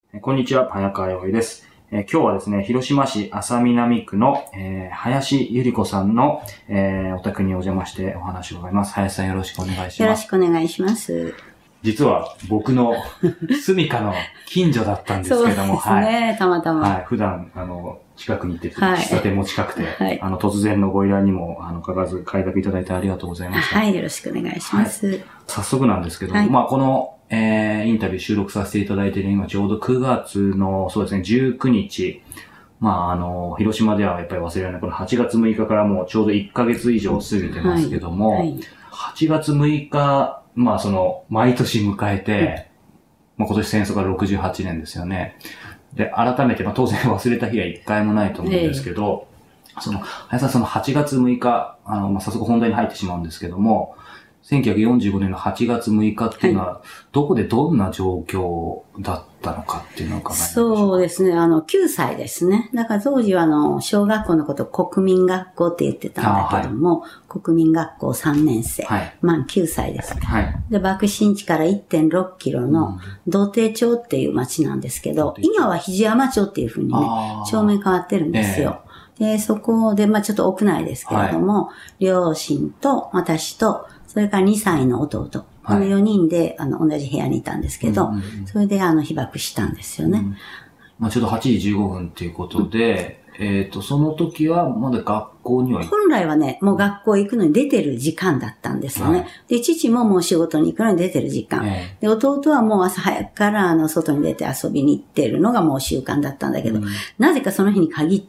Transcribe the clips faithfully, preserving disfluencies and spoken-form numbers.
こんにちは、早川洋平です。えー、今日はですね、広島市安佐南区の、えー、林由里子さんの、えー、お宅にお邪魔してお話を伺います。林さんよろしくお願いします。 よろしくお願いします。 実は僕の住処の近所だったんですけども、 そうですね、はい、たまたま。 はい、普段、あの、近くに行って、喫茶店も近くて、 はい、 あの、突然のご依頼にも、あの、かかわらず快諾いただいてありがとうございました。 はい、よろしくお願いします。はい、 早速なんですけど、はい、まあ、この、えー、インタビュー収録させていただいている今ちょうどくがつの、そうですね、じゅうくにち、まあ、あの、広島ではやっぱり忘れられない、このはちがつむいかからもうちょうどいっかげつ以上過ぎてますけども、はいはい、はちがつむいか、まあ、その、毎年迎えて、うん、まあ、今年戦争からろくじゅうはちねんですよね。で、改めて、まあ、当然忘れた日は一回もないと思うんですけど、えー、その、林さん、そのはちがつむいか、あの、まあ、早速本題に入ってしまうんですけども、せんきゅうひゃくよんじゅうごねんのはちがつむいかっていうのは、はい、どこでどんな状況だったのかっていうのを伺いますか。 そうですね。あの、きゅうさいですね。だから当時はあの、小学校のことを国民学校って言ってたんだけども、はい、国民学校さんねんせい。はい、まあきゅうさいです。はい、で、爆心地から いってんろっキロの道定町っていう町なんですけど、うん、今は肘山町っていう風にね、町名変わってるんですよ。えー、で、そこで、まあちょっと屋内ですけれども、はい、両親と私と、それからにさいの弟。このよにんで、あの、同じ部屋にいたんですけど、うんうんうん、それで、あの、被爆したんですよね。うん、 まあ、ちょうどはちじじゅうごふんっていうことで、うん、えっと、その時はまだ学校には本来はね、もう学校行くのに出てる時間だったんですよね。はい、で、父ももう仕事に行くのに出てる時間。えー、で、弟はもう朝早くから、あの、外に出て遊びに行ってるのがもう習慣だったんだけど、うん、なぜかその日に限って、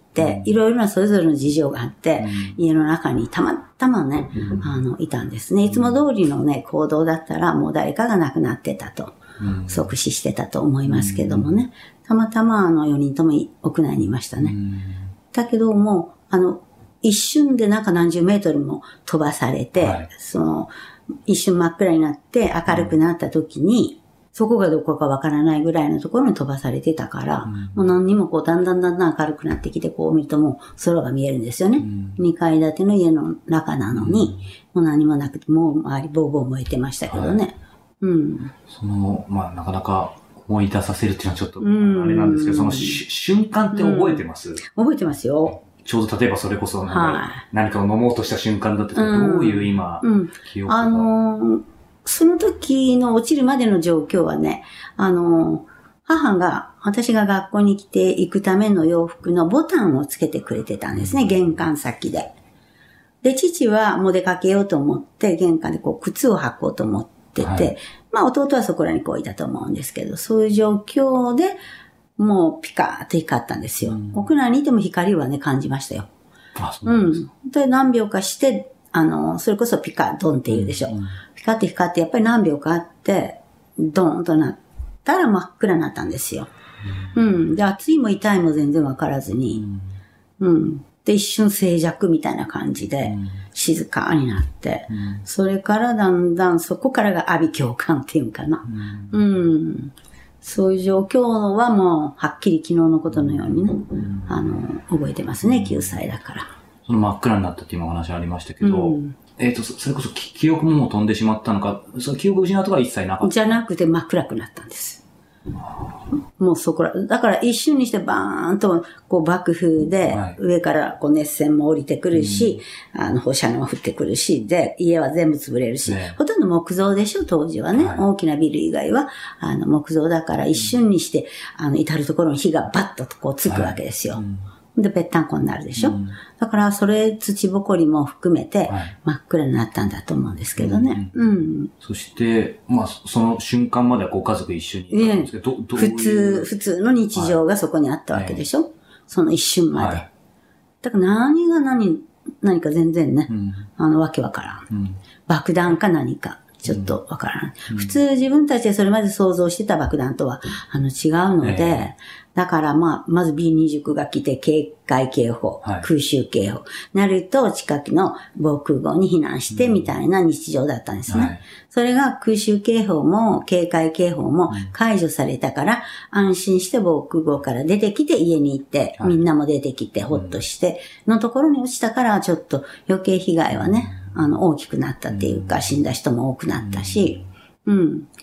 いろいろなそれぞれの事情があって、うん、家の中にたまたまね、うん、あの、いたんですね。いつも通りのね、行動だったら、もう誰かが亡くなってたと、うん、即死してたと思いますけどもね。たまたま、あの、よにんとも屋内にいましたね。うん、だけども、あの、一瞬でなんか何十メートルも飛ばされて、はい、その、一瞬真っ暗になって明るくなった時に、うん、そこがどこかわからないぐらいのところに飛ばされてたから、うん、もう何にもこうだんだんだんだん明るくなってきて、こう見るともう空が見えるんですよね。うん、にかい建ての家の中なのに、うん、もう何もなくて、もう周りボーボー燃えてましたけどね。はい、うん。 その、まあなかなか思い出させるっていうのはちょっと、あれなんですけど、その瞬間って覚えてます、うん、 覚えてますよ。 ちょうど例えばそれこそ何か、はい、何かを飲もうとした瞬間だったと、うん、どういう今、うん、記憶が。 あのー、その時の落ちるまでの状況はね、あのー、母が、私が学校に来て行くための洋服のボタンをつけてくれてたんですね、玄関先で。で、父はもう出かけようと思って、玄関でこう靴を履こうと思ってて、はい、まあ弟はそこらにこういたと思うんですけど、そういう状況で、もうピカーッと光ったんですよ。うん、屋内にいても光はね、感じましたよ。 あ、そうなんですか。 うん。で、何秒かして、あの、それこそピカドンって言うでしょ。うん、ピカって光ってやっぱり何秒かあって、ドーンとなったら真っ暗になったんですよ。うん。うん、で、暑いも痛いも全然わからずに、うん、うん。で、一瞬静寂みたいな感じで、静かになって、うん、それからだんだんそこからが阿鼻教官っていうんかな。うん、うんそういう状況はもう、はっきり昨日のことのようにね、うん、あの、覚えてますね、きゅうさいだから。 その真っ暗になったっていうお話ありましたけど、うん、えっと、それこそ記憶ももう飛んでしまったのか、その記憶を失うとかは一切なかった？ じゃなくて真っ暗くなったんです。もうそこら、だから一瞬にしてバーンとこう爆風で、上からこう熱線も降りてくるし、はい、あの放射能も降ってくるし、で、家は全部潰れるし、ね、ほとんど木造でしょ、当時はね、はい。大きなビル以外は、あの木造だから一瞬にして、あの至るところに火がバッとこうつくわけですよ。はいうんで、ぺったんこになるでしょ、うん、だから、それ、土ぼこりも含めて、真っ暗になったんだと思うんですけどね。うん。うん、 そして、まあ、その瞬間まではご家族一緒にいたんですけど、 ね、どどういう普通、普通の日常がそこにあったわけでしょ、はい、その一瞬まで。はい、だから何が何、何か全然ね、うん、あの、わけわからん、うん。爆弾か何か。ちょっとわからない、うん。普通自分たちでそれまで想像してた爆弾とは、あの、違うので、えー、だからまあ、まず ビーにじゅうきゅう が来て警戒警報、はい、空襲警報、なると近くの防空壕に避難してみたいな日常だったんですね。はい、それが空襲警報も警戒警報も解除されたから、安心して防空壕から出てきて家に行って、はい、みんなも出てきてほっとして、のところに落ちたからちょっと余計被害はね、あの、大きくなったっていうか、死んだ人も多くなったし、うん。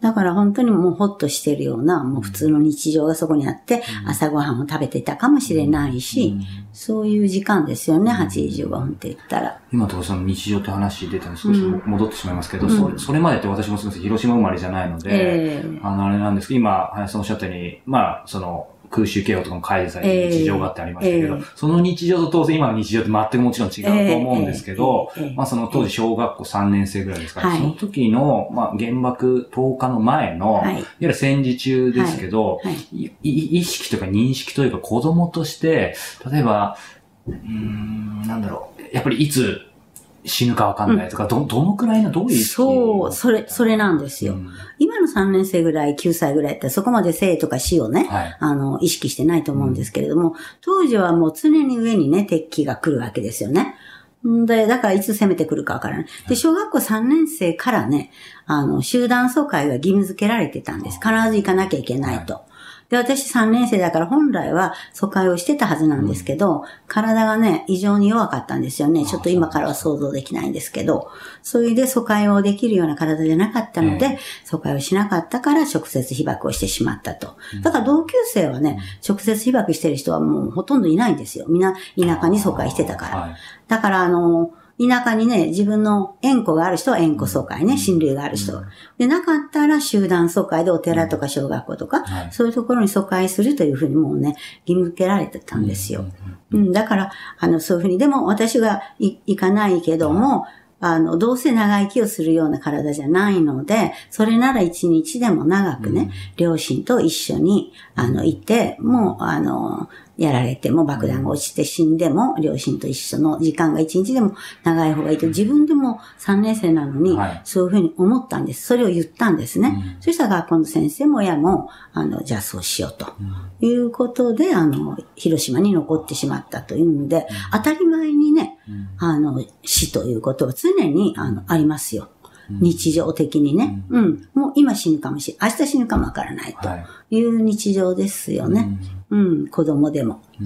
だから本当にもうほっとしてるような、もう普通の日常がそこにあって、うん、朝ごはんを食べてたかもしれないし、うん、そういう時間ですよね、はちじじゅうごふんって言ったら。 今とその日常って話出たので少し戻ってしまいますけど、うん、それ、それまでって私もすみません、広島生まれじゃないので、えー、あの、あれなんですけど、今、林さんおっしゃったように、まあ、その、空襲警報とかも解除されて日常があってありましたけど、えーえー、その日常と当然今の日常って全くもちろん違うと思うんですけど、えーえーえー、まあその当時小学校さんねん生ぐらいですから、はい、その時の、まあ原爆とおかの前の、はい、いわゆる戦時中ですけど、はいはい、意識というか認識というか子供として、例えば、うーん、なんだろう、やっぱりいつ、死ぬかわかんないとか、うん、ど、どのくらいのどういうそう、それ、それなんですよ。うん、今のさんねん生ぐらい、きゅうさいぐらいってそこまで生とか死をね、はい、あの、意識してないと思うんですけれども、うん、当時はもう常に上にね、敵機が来るわけですよね。で、だからいつ攻めてくるかわからない。で、小学校さんねん生からね、あの、集団疎開が義務付けられてたんです。必ず行かなきゃいけないと。はいで、私さんねん生だから本来は疎開をしてたはずなんですけど、うん、体がね、異常に弱かったんですよね。ちょっと今からは想像できないんですけど、それで疎開をできるような体じゃなかったので、えー、疎開をしなかったから直接被爆をしてしまったと。だから同級生はね、直接被爆してる人はもうほとんどいないんですよ。みんな田舎に疎開してたから。はい、だからあの、田舎にね、自分の縁故がある人は縁故疎開ね、親類がある人。で、なかったら集団疎開でお寺とか小学校とか、はい、そういうところに疎開するというふうにもうね、義務付けられてたんですよ。うん、だから、あの、そういうふうに、でも私が行かないけども、あの、どうせ長生きをするような体じゃないので、それなら一日でも長くね、うん、両親と一緒に、あの、いて、もう、あの、やられても爆弾が落ちて死んでも、両親と一緒の時間が一日でも長い方がいいと、自分でもさんねん生なのに、そういうふうに思ったんです。それを言ったんですね。うん、そしたら学校の先生も親も、あの、じゃあそうしようと。うん、いうことで、あの、広島に残ってしまったというんで、うん、当たり前にね、うん、あの、死ということは常に、あの、ありますよ。日常的にね、うん。うん。もう今死ぬかもしれない。明日死ぬかもわからないという日常ですよね。うん、うん、子供でも。うん、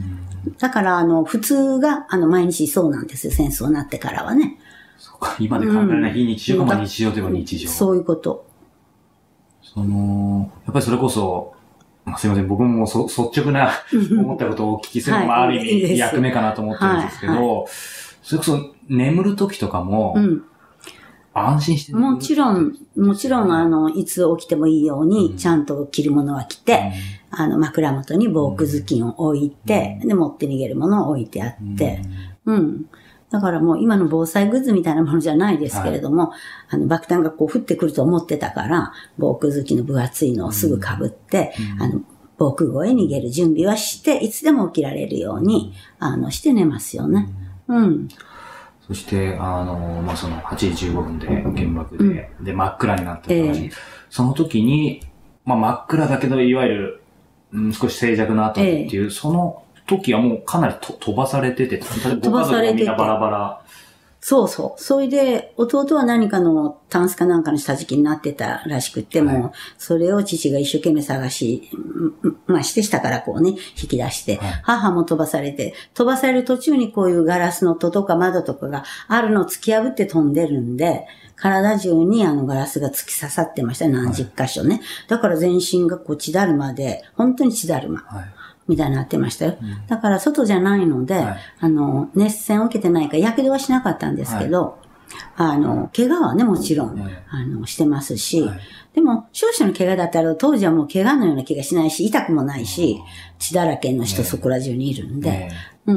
だから、あの、普通が、あの、毎日そうなんですよ。戦争になってからはね。 そうか、今で考えられない非日常か、まあ日常といえば日常。 そういうこと。 その、やっぱりそれこそ、まあ、すいません、僕もそ率直な思ったことをお聞きするのもある意味役目かなと思ってるんですけど、はいはい、それこそ眠る時とかも、うん安心してもちろん、もちろん、あの、いつ起きてもいいように、ちゃんと着るものは着て、うん、あの、枕元に防空頭巾を置いて、うん、で、持って逃げるものを置いてあって、うん、うん。だからもう今の防災グッズみたいなものじゃないですけれども、はい、あの、爆弾がこう降ってくると思ってたから、防空頭巾の分厚いのをすぐ被って、うん、あの、防空壕へ逃げる準備はして、いつでも起きられるように、あの、して寝ますよね。うん。 そして、あの、まあ、その、はちじじゅうごふんで、原爆で、うん、で、真っ暗になってた話、えー、その時に、まあ、真っ暗だけど、いわゆる、うん、少し静寂の後っていう、えー、その時はもうかなりと飛ばされてて、 飛ばされてて、 みんなバラバラ。 そうそう。それで、弟は何かのタンスかなんかの下敷きになってたらしくても、はい、それを父が一生懸命探し、まあして下からこうね、引き出して、はい、母も飛ばされて、飛ばされる途中にこういうガラスの戸とか窓とかがあるのを突き破って飛んでるんで、体中にあのガラスが突き刺さってました。何十箇所ね。はい、だから全身がこう血だるまで、本当に血だるま。はいみたいになってましたよ。うん、だから外じゃないので、はい、あの、熱線を受けてないから、やけどはしなかったんですけど、はい、あの、怪我はね、もちろん、はい、あの、してますし、はい、でも、少々の怪我だったら、当時はもう怪我のような気がしないし、痛くもないし、血だらけの人そこら中にいるんで、うん。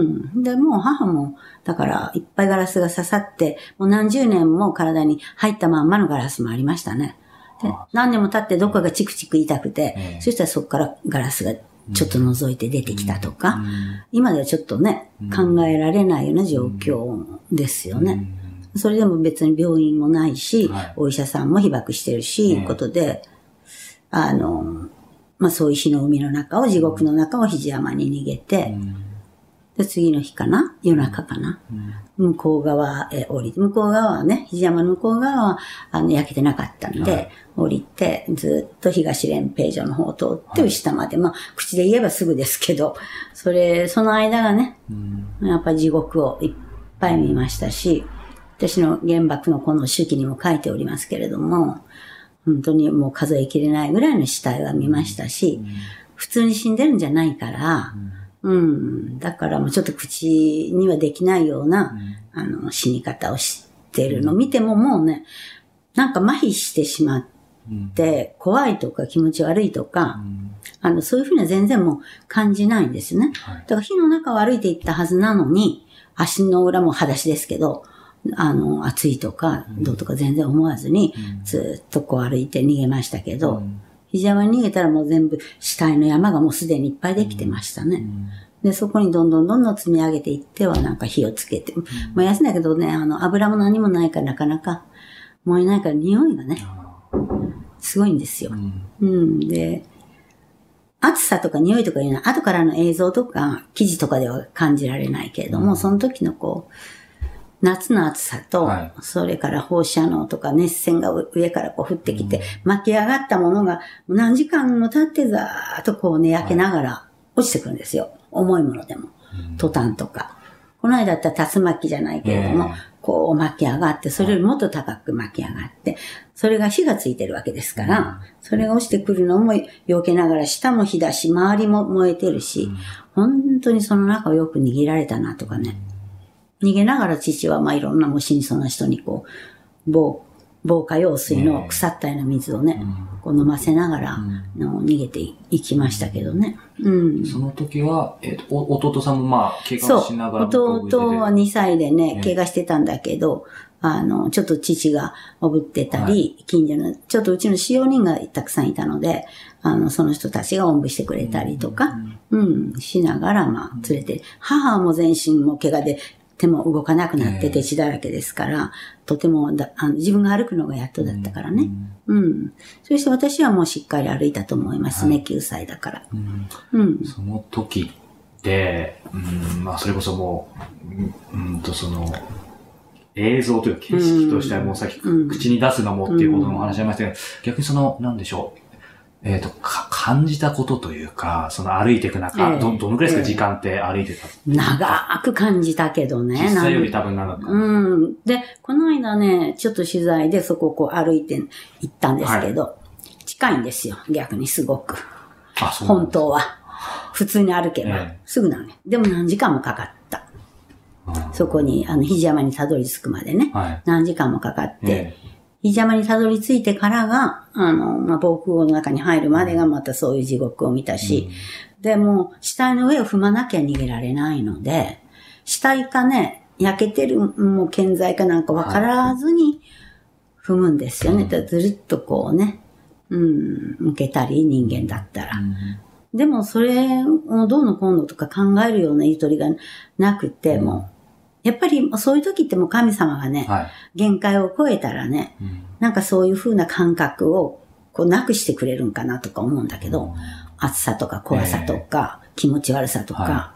で、もう母も、だから、いっぱいガラスが刺さって、もう何十年も体に入ったまんまのガラスもありましたね。で、何年も経ってどっかがチクチク痛くて、そしたらそこからガラスが、ちょっと覗いて出てきたとか、うん、今ではちょっとね、考えられないような状況ですよね。うん、それでも別に病院もないし、はい、お医者さんも被爆してるし、いうことで、あの、まあ、そういう火の海の中を、地獄の中を肘山に逃げて、うん、で、次の日かな夜中かな、うん、向こう側へ降りて、向こう側はね、肘山の向こう側は、あの、焼けてなかったんで、はい降りて、ずっと東連平所の方を通って、下まで、はい、まあ、口で言えばすぐですけど、それ、その間がね、うん、やっぱり地獄をいっぱい見ましたし、私の原爆のこの手記にも書いておりますけれども、 本当にもう数えきれないぐらいの死体は見ましたし、うん、普通に死んでるんじゃないから、うん、うん、だからもうちょっと口にはできないような、うん、あの死に方をしてるのを見てももうね、なんか麻痺してしまって、うん、怖いとか気持ち悪いとか、うん、あのそういうふうには全然もう感じないんですね。はい、だから火の中を歩いていったはずなのに、足の裏も裸足ですけど、あの、暑いとか、どうとか全然思わずに、ずっとこう歩いて逃げましたけど、肘山に逃げたらもう全部死体の山がもうすでにいっぱいできてましたね。で、そこにどんどんどんどん積み上げていってはなんか火をつけて、燃やすんだけどね、あの、油も何もないからなかなか燃えないから匂いがね、すごいんですよ。うん。で、暑さとか匂いとかいうのは後からの映像とか記事とかでは感じられないけれども、その時のこう、夏の暑さと、はい、それから放射能とか熱線が上からこう降ってきて、うん、巻き上がったものが何時間も経ってざーっとこうね、焼けながら落ちてくるんですよ。はい、重いものでも。うん、トタンとか。この間だったら竜巻じゃないけれども、えー、こう巻き上がって、それよりもっと高く巻き上がって、それが火がついてるわけですから、うん、それが落ちてくるのも避けながら、下も火だし、周りも燃えてるし、うん、本当にその中をよく握られたなとかね。逃げながら父はまあいろんなもう死にそうな人にこう、防、防火用水の腐ったような水をね、うん、こう飲ませながら、うん、逃げていきましたけどね。うん、 その時は、えっと、弟さんもまあ、怪我をしながら。 そう、弟はにさいでね、怪我してたんだけど、あの、ちょっと父がおぶってたり、はい、近所の、ちょっとうちの使用人がたくさんいたので、あの、その人たちがおんぶしてくれたりとか、うん、うん、しながら、まあ、連れて、母も全身も怪我で、手も動かなくなってて血だらけですから、とてもだあの自分が歩くのがやっとだったからね。うん。うん、そして私はもうしっかり歩いたと思いますね、はい、きゅうさいだから。うん。 うん、その時って、うん、まあそれこそもう、うん、うんとその、映像というか景色としてはもうさっき、うん、口に出すのもっていうことも話し合いましたけど、うん、逆にその、なんでしょう。えっと、か、感じたことというか、その歩いていく中、えー、ど、どのくらいですか、えー、時間って歩いてた、 えー、長く感じたけどね。 実際より多分長く感じた。 うん。で、この間ね、ちょっと取材でそこをこう歩いて行ったんですけど、はい、近いんですよ、逆にすごく。あ、そうなんです。本当は。普通に歩けば、えー、すぐなのね。でも何時間もかかった。そこに、あの、肘山にたどり着くまでね。はい、何時間もかかって、えー肘山にたどり着いてからが、あの、まあ、防空壕の中に入るまでがまたそういう地獄を見たし、うん、でも、死体の上を踏まなきゃ逃げられないので、死体かね、焼けてる、もう建材かなんかわからずに踏むんですよね。はい、ずるっとこうね、うん、向けたり人間だったら。うん、でも、それをどうのこうのとか考えるようなゆとりがなくて、うん、もう、やっぱりそういう時ってもう神様がね、はい、限界を超えたらね、うん、なんかそういう風な感覚をこうなくしてくれるんかなとか思うんだけど、うん、暑さとか怖さとか、えー、気持ち悪さとか、はい、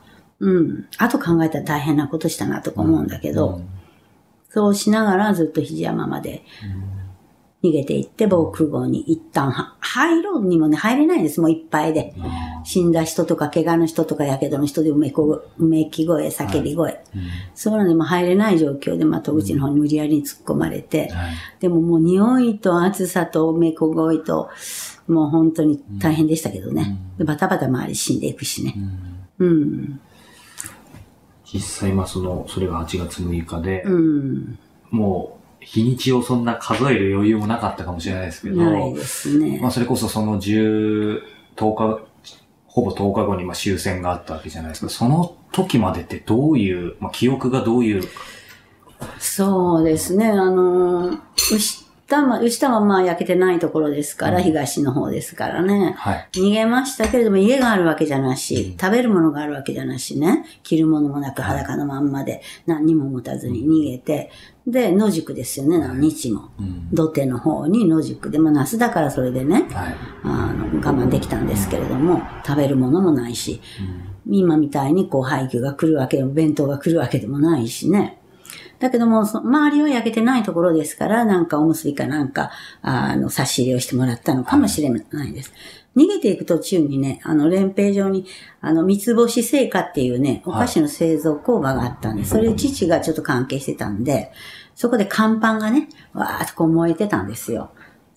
うん、あと考えたら大変なことしたなとか思うんだけど、うん、そうしながらずっと肘山まで逃げていって防空壕に一旦入ろうにもね入れないんです、もういっぱいで。死んだ人とか怪我の人とかやけどの人でうめこうめき声、叫び声、はい、うん、そういうのでも入れない状況で、まあ、戸口の方に無理やりに突っ込まれて、うん、はい、でももう匂いと暑さとうめこ声と、もう本当に大変でしたけどね。うん、でバタバタ周り死んでいくしね。うん。うん、 実際、まあその、それがはちがつむいかで、うん、もう、日にちをそんな数える余裕もなかったかもしれないですけど、 ないですね。 まあそれこそそのじゅう、とおか、ほぼとおかごにまあ終戦があったわけじゃないですか。その時までってどういう、まあ、記憶がどういう。 そうですね。あの、牛田は、牛田はまあ焼けてないところですから、うん、東の方ですからね、はい。逃げましたけれども家があるわけじゃなし、うん、食べるものがあるわけじゃなしね。着るものもなく裸のまんまで何にも持たずに逃げて、で、野宿ですよね、何日も。うん、土手の方に野宿で、まあ夏だからそれでね、はい、あの我慢できたんですけれども、食べるものもないし、うん、今みたいにこう配給が来るわけでも、弁当が来るわけでもないしね。だけども、周りは焼けてないところですから、なんかおむすびかなんか、あの、差し入れをしてもらったのかもしれないです。はい、逃げていく途中にね、あの、連兵場に、あの、三つ星製菓っていうね、お菓子の製造工場があったんで、それ父がちょっと関係してたんで、そこで乾パンがね、わーっとこう燃えてたんですよ。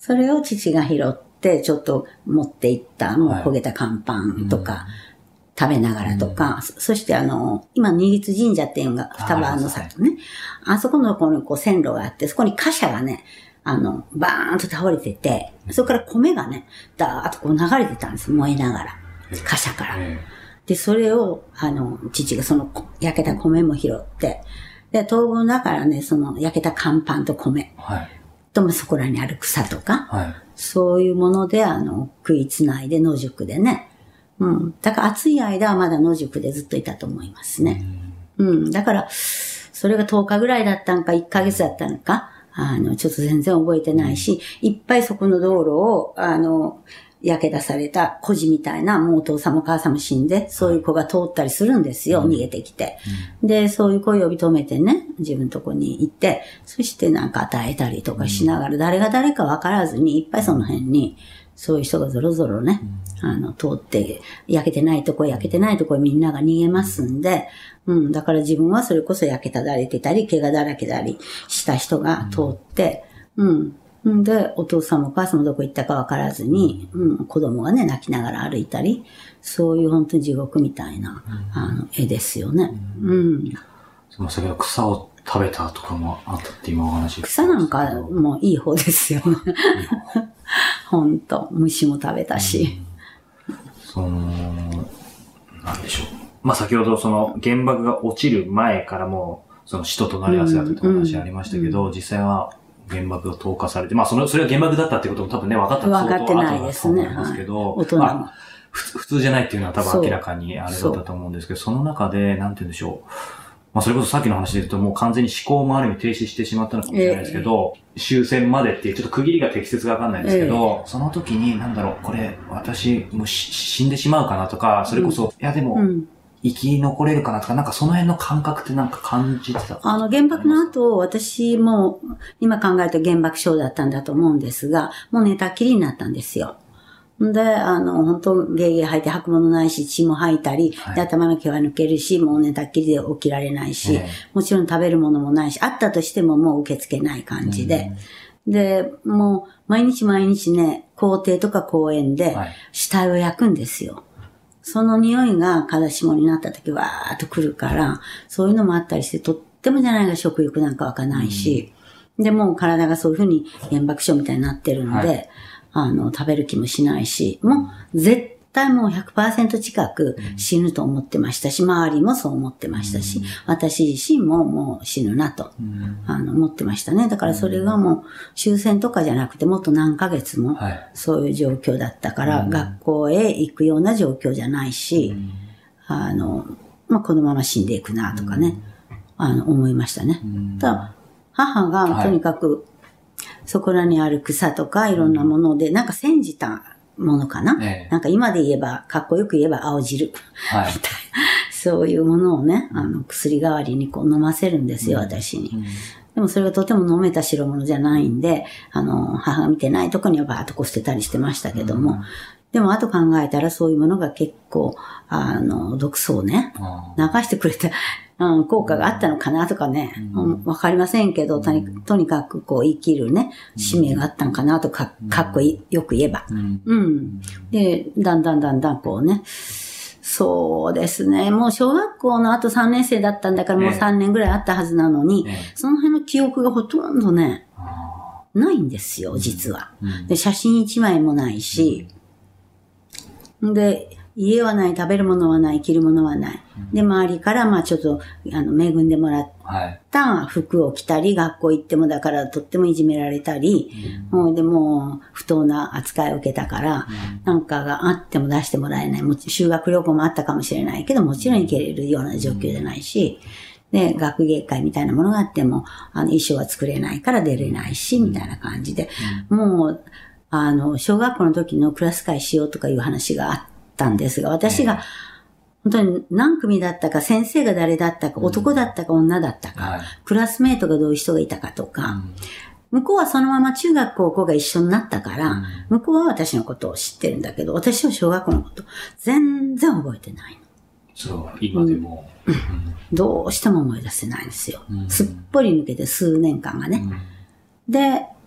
それを父が拾って、ちょっと持っていった、もう焦げた乾パンとか、はい、食べながらとか、うん、そしてあの、今、新津神社っていうのが双葉の里ね、あそこのところにこう線路があって、そこに貨車がね、あの、バーンと倒れてて、そこから米がね、ダーッとこう流れてたんです、燃えながら。貨車から。で、それを、あの、父がその焼けた米も拾って、で、当分だからね、その焼けた乾パンと米、はい、とそこらにある草とか、はい、そういうもので、あの、食いつないで野宿でね。うん。だから暑い間はまだ野宿でずっといたと思いますね。うん、うん。だから、それがとおかぐらいだったのか、いっかげつだったのか、あの、ちょっと全然覚えてないし、いっぱいそこの道路を、あの、焼け出された孤児みたいな、もうお父さんもお母さんも死んで、そういう子が通ったりするんですよ、うん、逃げてきて、うん。で、そういう子を呼び止めてね、自分のとこに行って、そしてなんか与えたりとかしながら、誰が誰か分からずに、いっぱいその辺に、そういう人がぞろぞろね、うん、あの、通って、焼けてないとこ、焼けてないとこみんなが逃げますんで、うん、だから自分はそれこそ焼けただれてたり、怪我だらけだりした人が通って、うん、うん、で、お父さんもお母さんもどこ行ったか分からずに、うん、子供がね、泣きながら歩いたり、そういう本当に地獄みたいな、うん、あの、絵ですよね。うん。うん、 その先ほど草を食べたとかもあったって今お話。 草なんかもういい方ですよね。本当虫も食べたし。 うん、その、なんでしょう。まあ、先ほどその原爆が落ちる前からも、その死と隣り合わせだったという話ありましたけど、うんうん、実際は原爆が投下されて、まあ、その、それは原爆だったってことも多分ね、分かった分かってないですね。 んですけど、 はい、大人も、まあ、 普通じゃないっていうのは多分明らかにあれだったと思うんですけど、そ, その中で、なんて言うんでしょう。まあ、それこそさっきの話で言うともう完全に思考もある意味停止してしまったのかもしれないですけど、えー、終戦までっていうちょっと区切りが適切がわかんないんですけど、えー、その時になんだろう、これ私もう死んでしまうかなとか、それこそ、うん、いやでも、うん生き残れるかなとか、なんかその辺の感覚ってなんか感じてたあの、原爆の後、私も、今考えると原爆症だったんだと思うんですが、もう寝たっきりになったんですよ。で、あの、本当ゲーゲー吐いて吐くものないし、血も吐いたり、はい、で頭の毛は抜けるし、もう寝たっきりで起きられないし、えー、もちろん食べるものもないし、あったとしてももう受け付けない感じで。で、もう、毎日毎日ね、校庭とか公園で、死体を焼くんですよ。はいその匂いが風下になった時わーっと来るから、そういうのもあったりして、とってもじゃないが食欲なんか湧かないし、うん、で、もう体がそういうふうに原爆症みたいになってるんで、はい、あの、食べる気もしないし、もう絶対もう ひゃくパーセント 近く死ぬと思ってましたし、周りもそう思ってましたし、うん、私自身ももう死ぬなと、うん、あの思ってましたね。だからそれがもう終戦とかじゃなくてもっと何ヶ月もそういう状況だったから、はい、学校へ行くような状況じゃないし、うん、あの、まあ、このまま死んでいくなとかね、うん、あの思いましたね。うん、ただ母がとにかくそこらにある草とかいろんなものでなんか煎じたものかな、ええ、なんか今で言えば、かっこよく言えば青汁。はい。みたいな。そういうものをね、あの、薬代わりにこう飲ませるんですよ、うん、私に、うん。でもそれがとても飲めた代物じゃないんで、あの、母が見てないとこにはバーッとこう捨てたりしてましたけども、うん、でも後考えたらそういうものが結構、あの、毒素をね、流してくれて、うん、効果があったのかなとかね、わ、うん、かりませんけど、とに、とにかくこう生きるね、使命があったのかなとか、かっこいい、よく言えば、うん。うん。で、だんだんだんだんこうね、そうですね、もう小学校のあとさんねん生だったんだからもうさんねんぐらいあったはずなのに、ね、その辺の記憶がほとんどね、ないんですよ、実は。で、写真一枚もないし、で、家はない、食べるものはない、着るものはない。で、周りからまあちょっと、あの、恵んでもらった服を着たり、学校行ってもだからとってもいじめられたり、うん、もうでも不当な扱いを受けたから、うん、なんかがあっても出してもらえない。もち修学旅行もあったかもしれないけど、もちろん行けれるような状況じゃないし、で、学芸会みたいなものがあっても、あの、衣装は作れないから出れないし、みたいな感じで、もう、あの、小学校の時のクラス会しようとかいう話があって、たんですが、私が本当に何組だったか、先生が誰だったか、男だったか女だったか、うん、クラスメイトがどういう人がいたかとか、うん、向こうはそのまま中学高校が一緒になったから、うん、向こうは私のことを知ってるんだけど、私は小学校のこと全然覚えてないの。 そう、今でも、 うん、どうしても思い出せないんですよ。すっぽり抜けて数年間がね。で、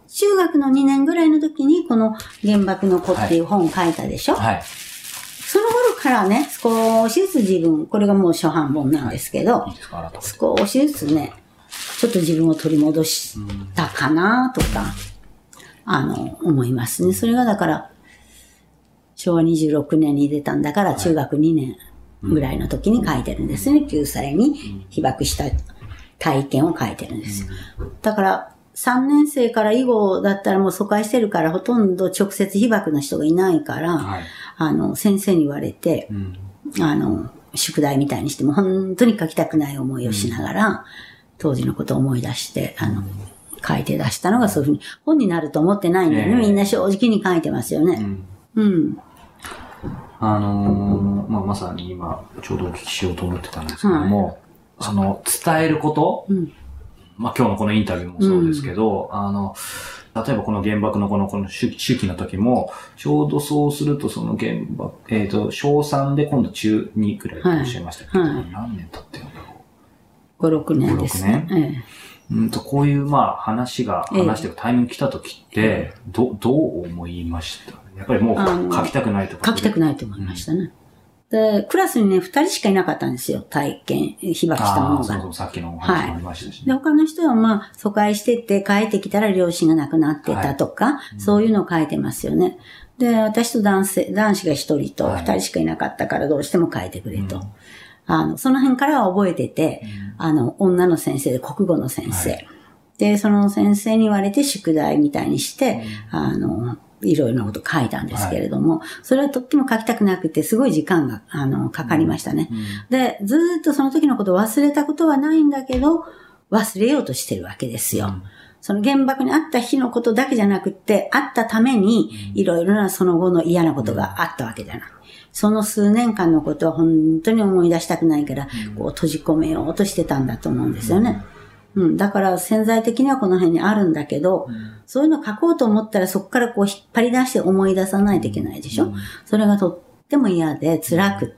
中学のにねんぐらいの時にこの原爆の子っていう本を書いたでしょ、はいはい、その頃からね、少しずつ自分、これがもう初版本なんですけど、はい、いいですか、少しずつね、ちょっと自分を取り戻したかなとか、あの、思いますね。それがだから、しょうわにじゅうろくねんに出たんだから、中学にねんぐらいの時に書いてるんですね。きゅうさいに被爆した体験を書いてるんですよ。だから、さんねん生から以後だったらもう疎開してるからほとんど直接被爆の人がいないから、はい、あの、先生に言われて、うん、あの、宿題みたいにしても本当に書きたくない思いをしながら、うん、当時のことを思い出して、あの、書いて出したのがそういうふうに本になると思ってないんだよね。えー、みんな正直に書いてますよね。うん。うん、 あのー、まあ、まさに今ちょうどお聞きしようと思ってたんですけども、はい、その伝えること、うん、まあ、今日のこのインタビューもそうですけど、うん、あの、例えばこの原爆のこの、この周期の時も、ちょうどそうするとその原爆、えっと、小さんで今度中にくらいとおっしゃいましたけど、はいはい、何年経ってるんだろう。 ご、ろくねんですね。 ご、ろくねん、ええ、うんと、こういうまあ話が、話していくタイミング来た時って、ええ、ど、どう思いました？やっぱりもう書きたくないとか。 書きたくないと思いましたね。で、クラスにね、二人しかいなかったんですよ。体験、被爆したものが。 そうそう、さっきのお話もありましたし、 ね。はい。で、他の人はまあ、疎開してって帰ってきたら両親が亡くなってたとか、はい、そういうのを書いてますよね。で、私と男性、男子が一人と二人しかいなかったからどうしても書いてくれと。はい、あの、その辺からは覚えてて、うん、あの、女の先生で国語の先生。はい、で、その先生に言われて宿題みたいにして、うん、あの、いろいろなこと書いたんですけれども、はい、それはとっても書きたくなくて、すごい時間が、あの、かかりましたね。うんうん、で、ずーっとその時のことを忘れたことはないんだけど、忘れようとしてるわけですよ。うん、その原爆にあった日のことだけじゃなくて、あったために、いろいろなその後の嫌なことがあったわけじゃない。その数年間のことは本当に思い出したくないから、こう閉じ込めようとしてたんだと思うんですよね。うん、だから潜在的にはこの辺にあるんだけど、うん、そういうの書こうと思ったらそこからこう引っ張り出して思い出さないといけないでしょ、うん、それがとっても嫌で辛くって、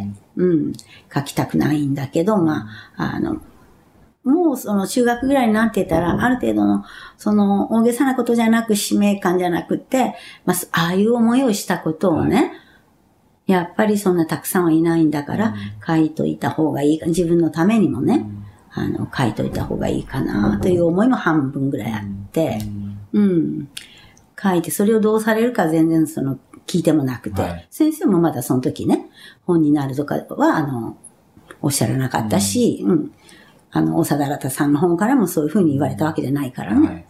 うん、うん、書きたくないんだけど、まあ、あの、もうその中学ぐらいになってたら、ある程度の、その大げさなことじゃなく使命感じゃなくて、まあ、ああいう思いをしたことをね、はい、やっぱりそんなたくさんはいないんだから、書いといた方がいいか、自分のためにもね、あの、書いといた方がいいかなという思いも半分ぐらいあって、うん。書いて、それをどうされるか全然その、聞いてもなくて、はい、先生もまだその時ね、本になるとかは、あの、おっしゃらなかったし、うん。うん、あの、長田新さんの本からもそういうふうに言われたわけじゃないからね。はい、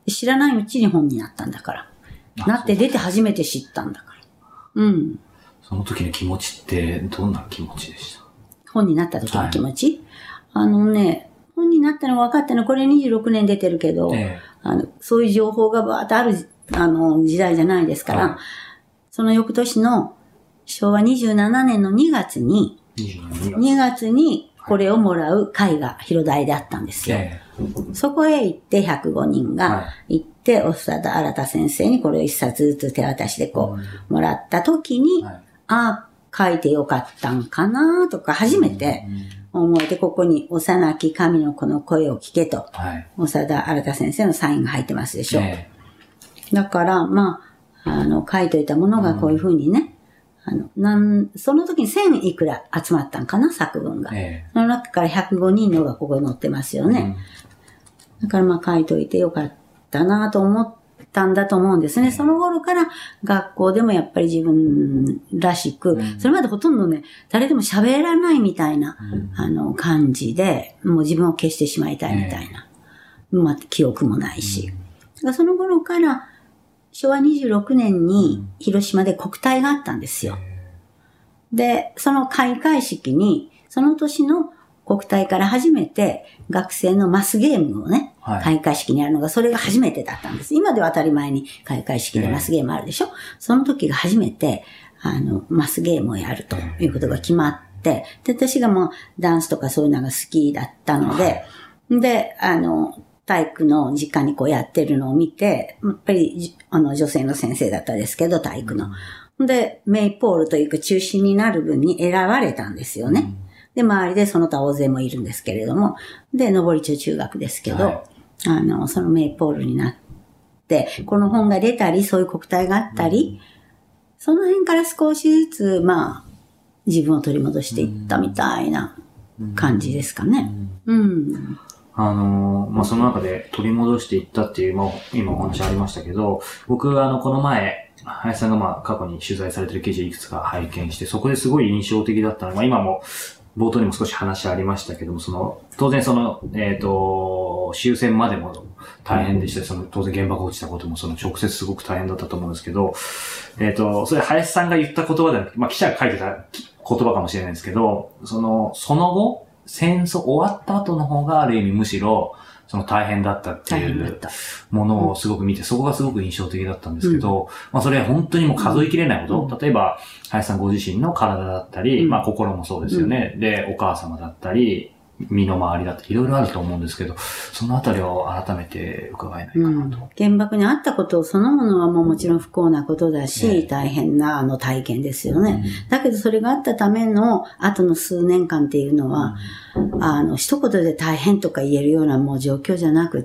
知らないうちに本になったんだから。なって出て初めて知ったんだから。うん。 その時の気持ちってどんな気持ちでした？ 本になった時の気持ち、はい、あのね、本になったのが分かったの、これにじゅうろくねん出てるけど、ええ、あのそういう情報がバーッとあるあの時代じゃないですから、はい、その翌年のしょうわにじゅうななねんのにがつに、にがつにこれをもらう会が広大であったんですよ。ええ、そこへ行ってひゃくごにんが行って、はい、長田新先生にこれを一冊ずつ手渡しでこう、もらった時に、はい、ああ、書いてよかったんかなとか初めて思えて、ここに幼き神の子の声を聞けと、はい、長田新先生のサインが入ってますでしょ。えー、だから、まあ、あの、書いといたものがこういうふうにね、うん、あの、なん、その時にせんいくら集まったんかな、作文が。えー、その中からひゃくごにんのがここに載ってますよね。うん、だからまあ書いといてよかったなと思ったんだと思うんですね。その頃から学校でもやっぱり自分らしく、うん、それまでほとんどね、誰でも喋らないみたいな、うん、あの感じで、もう自分を消してしまいたいみたいな。えー、まあ記憶もないし。うん、その頃からしょうわにじゅうろくねんに広島で国体があったんですよ。で、その開会式に、その年の国体から初めて学生のマスゲームをね、はい、開会式にやるのが、それが初めてだったんです。今では当たり前に開会式でマスゲームあるでしょ、えー、その時が初めて、あの、マスゲームをやるということが決まって、で、私がもうダンスとかそういうのが好きだったので、はい、で、あの、体育の時間にこうやってるのを見て、やっぱり、あの、女性の先生だったですけど、体育の。うん、で、メイポールというか中心になる分に選ばれたんですよね。うん、で、周りでその他大勢もいるんですけれども、で、登町中学ですけど、はい、あの、そのメイポールになって、この本が出たり、そういう国体があったり、その辺から少しずつ、まあ、自分を取り戻していったみたいな感じですかね。うん。うんあの、まあ、その中で取り戻していったっていう、まあ、今お話ありましたけど、僕、あの、この前、林さんがまあ、過去に取材されてる記事いくつか拝見して、そこですごい印象的だったのが、まあ、今も、冒頭にも少し話ありましたけども、その、当然その、えっと、終戦までも大変でした。その、当然原爆落ちたことも、その、直接すごく大変だったと思うんですけど、えっと、それ林さんが言った言葉ではなくて、まあ、記者が書いてた言葉かもしれないんですけど、その、その後、戦争終わった後の方がある意味むしろ、その大変だったっていうものをすごく見て、そこがすごく印象的だったんですけど、うん、まあそれは本当にもう数えきれないほど、うん、例えば、林さんご自身の体だったり、うん、まあ心もそうですよね、うん。で、お母様だったり、身の回りだったり、いろいろあると思うんですけど、そのあたりを改めて伺えないかなと。うん、 原爆にあったことそのものはもうもちろん不幸なことだし、ね、大変なあの体験ですよね、うん。だけどそれがあったための後の数年間っていうのは、うん、あの、一言で大変とか言えるようなもう状況じゃなくって、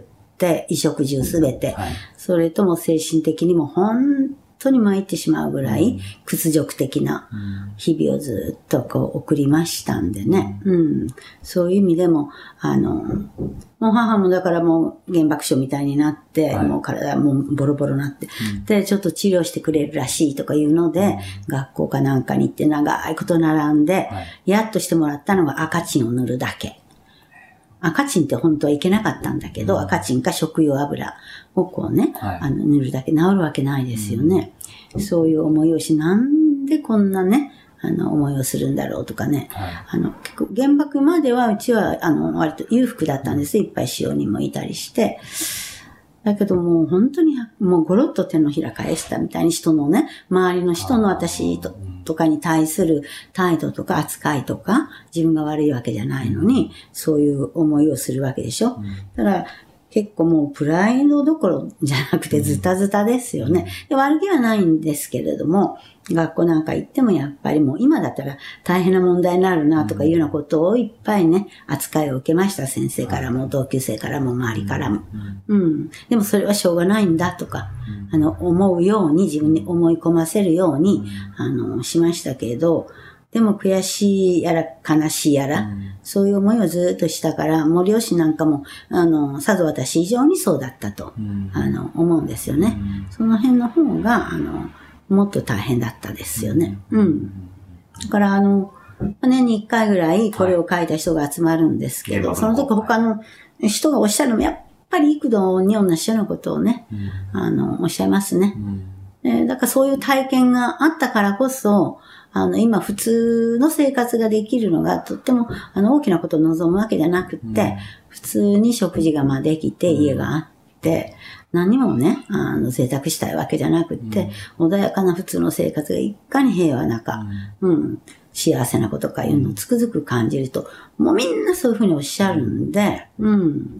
衣食住すべて、はい、それとも精神的にも本当に参ってしまうぐらい、屈辱的な日々をずっとこう送りましたんでね。うん。そういう意味でも、あの、もう母もだからもう原爆症みたいになって、はい、もう体もうボロボロになって、うん、で、ちょっと治療してくれるらしいとかいうので、うん、学校かなんかに行って長いこと並んで、はい、やっとしてもらったのが赤チンを塗るだけ。赤チンって本当はいけなかったんだけど、うん、赤チンか食用油をこうね、はい、あの塗るだけ治るわけないですよね。うん、そういう思いをし、なんでこんなね、あの思いをするんだろうとかね。はい、あの結構原爆まではうちはあの割と裕福だったんです。いっぱい使用人もいたりして。だけどもう本当にもうゴロッと手のひら返したみたいに人のね、周りの人の私ととかに対する態度とか扱いとか、自分が悪いわけじゃないのに、そういう思いをするわけでしょ。だから結構もうプライドどころじゃなくてズタズタですよね。で悪気はないんですけれども、学校なんか行ってもやっぱりもう今だったら大変な問題になるなとかいうようなことをいっぱいね、扱いを受けました。先生からも同級生からも周りからも。うん。でもそれはしょうがないんだとか、あの、思うように自分に思い込ませるように、あの、しましたけど、でも悔しいやら悲しいやら、うん、そういう思いをずっとしたから、もう両親なんかも、あの、さぞ私以上にそうだったと、うん、あの、思うんですよね。うん、その辺の方が、あの、もっと大変だったですよね。うん。うん、だから、あの、年に一回ぐらいこれを書いた人が集まるんですけど、はい、その時他の人がおっしゃるのも、やっぱり幾度に同じようなことをね、うん、あの、おっしゃいますね。うん、だからそういう体験があったからこそ、あの、今普通の生活ができるのがとっても、あの、大きなことを望むわけじゃなくって、うん、普通に食事がまあできて、家があって、何もね、あの、贅沢したいわけじゃなくって、うん、穏やかな普通の生活がいかに平和なか、うん、うん、幸せなことかいうのをつくづく感じると、もうみんなそういうふうにおっしゃるんで、うん。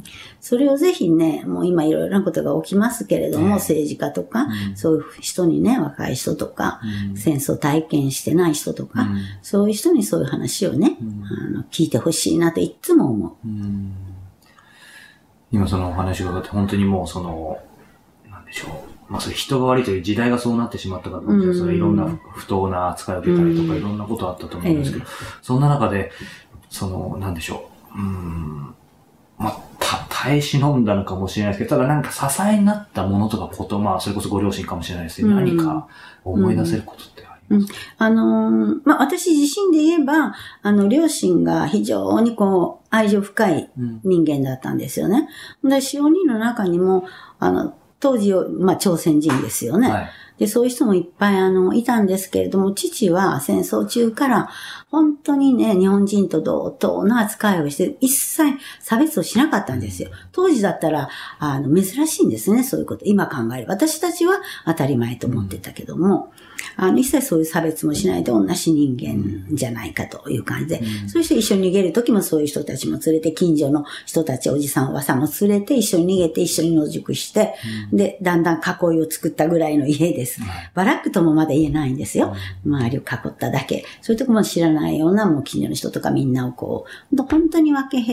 それをぜひね、もう今いろいろなことが起きますけれども、ね、政治家とか、うん、そういう人にね、若い人とか、うん、戦争体験してない人とか、うん、そういう人にそういう話をね、うん、あの聞いてほしいなといつも思う。うん、 今そのお話があって、本当にもうその、なんでしょう。まあそれ人が悪いという時代がそうなってしまったから、うん、それいろんな不当な扱いを受けたりとか、うん、いろんなことあったと思うんですけど、ええ、そんな中で、その、なんでしょう。うーん、まあ、た、耐え忍んだのかもしれないですけど、ただなんか支えになったものとかこと、まあ、それこそご両親かもしれないですけど、うん、何か思い出せることってありますか？ うん、あのー、まあ、私自身で言えば、あの、両親が非常にこう、愛情深い人間だったんですよね。うん、で、使用人の中にも、あの、当時、まあ、朝鮮人ですよね。はい、で、そういう人もいっぱい、あの、いたんですけれども、父は戦争中から、本当にね、日本人と同等の扱いをして、一切差別をしなかったんですよ。当時だったら、あの、珍しいんですね、そういうこと。今考える。私たちは当たり前と思ってたけども、うん、あの、一切そういう差別もしないで同じ人間じゃないかという感じで、うん、そういう人一緒に逃げるときもそういう人たちも連れて、近所の人たち、おじさんおばさんも連れて、一緒に逃げて、一緒に野宿して、うん、で、だんだん囲いを作ったぐらいの家です。バラックともまだ言えないんですよ。周りを囲っただけ。そういうとこも知らないような、もう近所の人とかみんなをこう、本当に分け隔て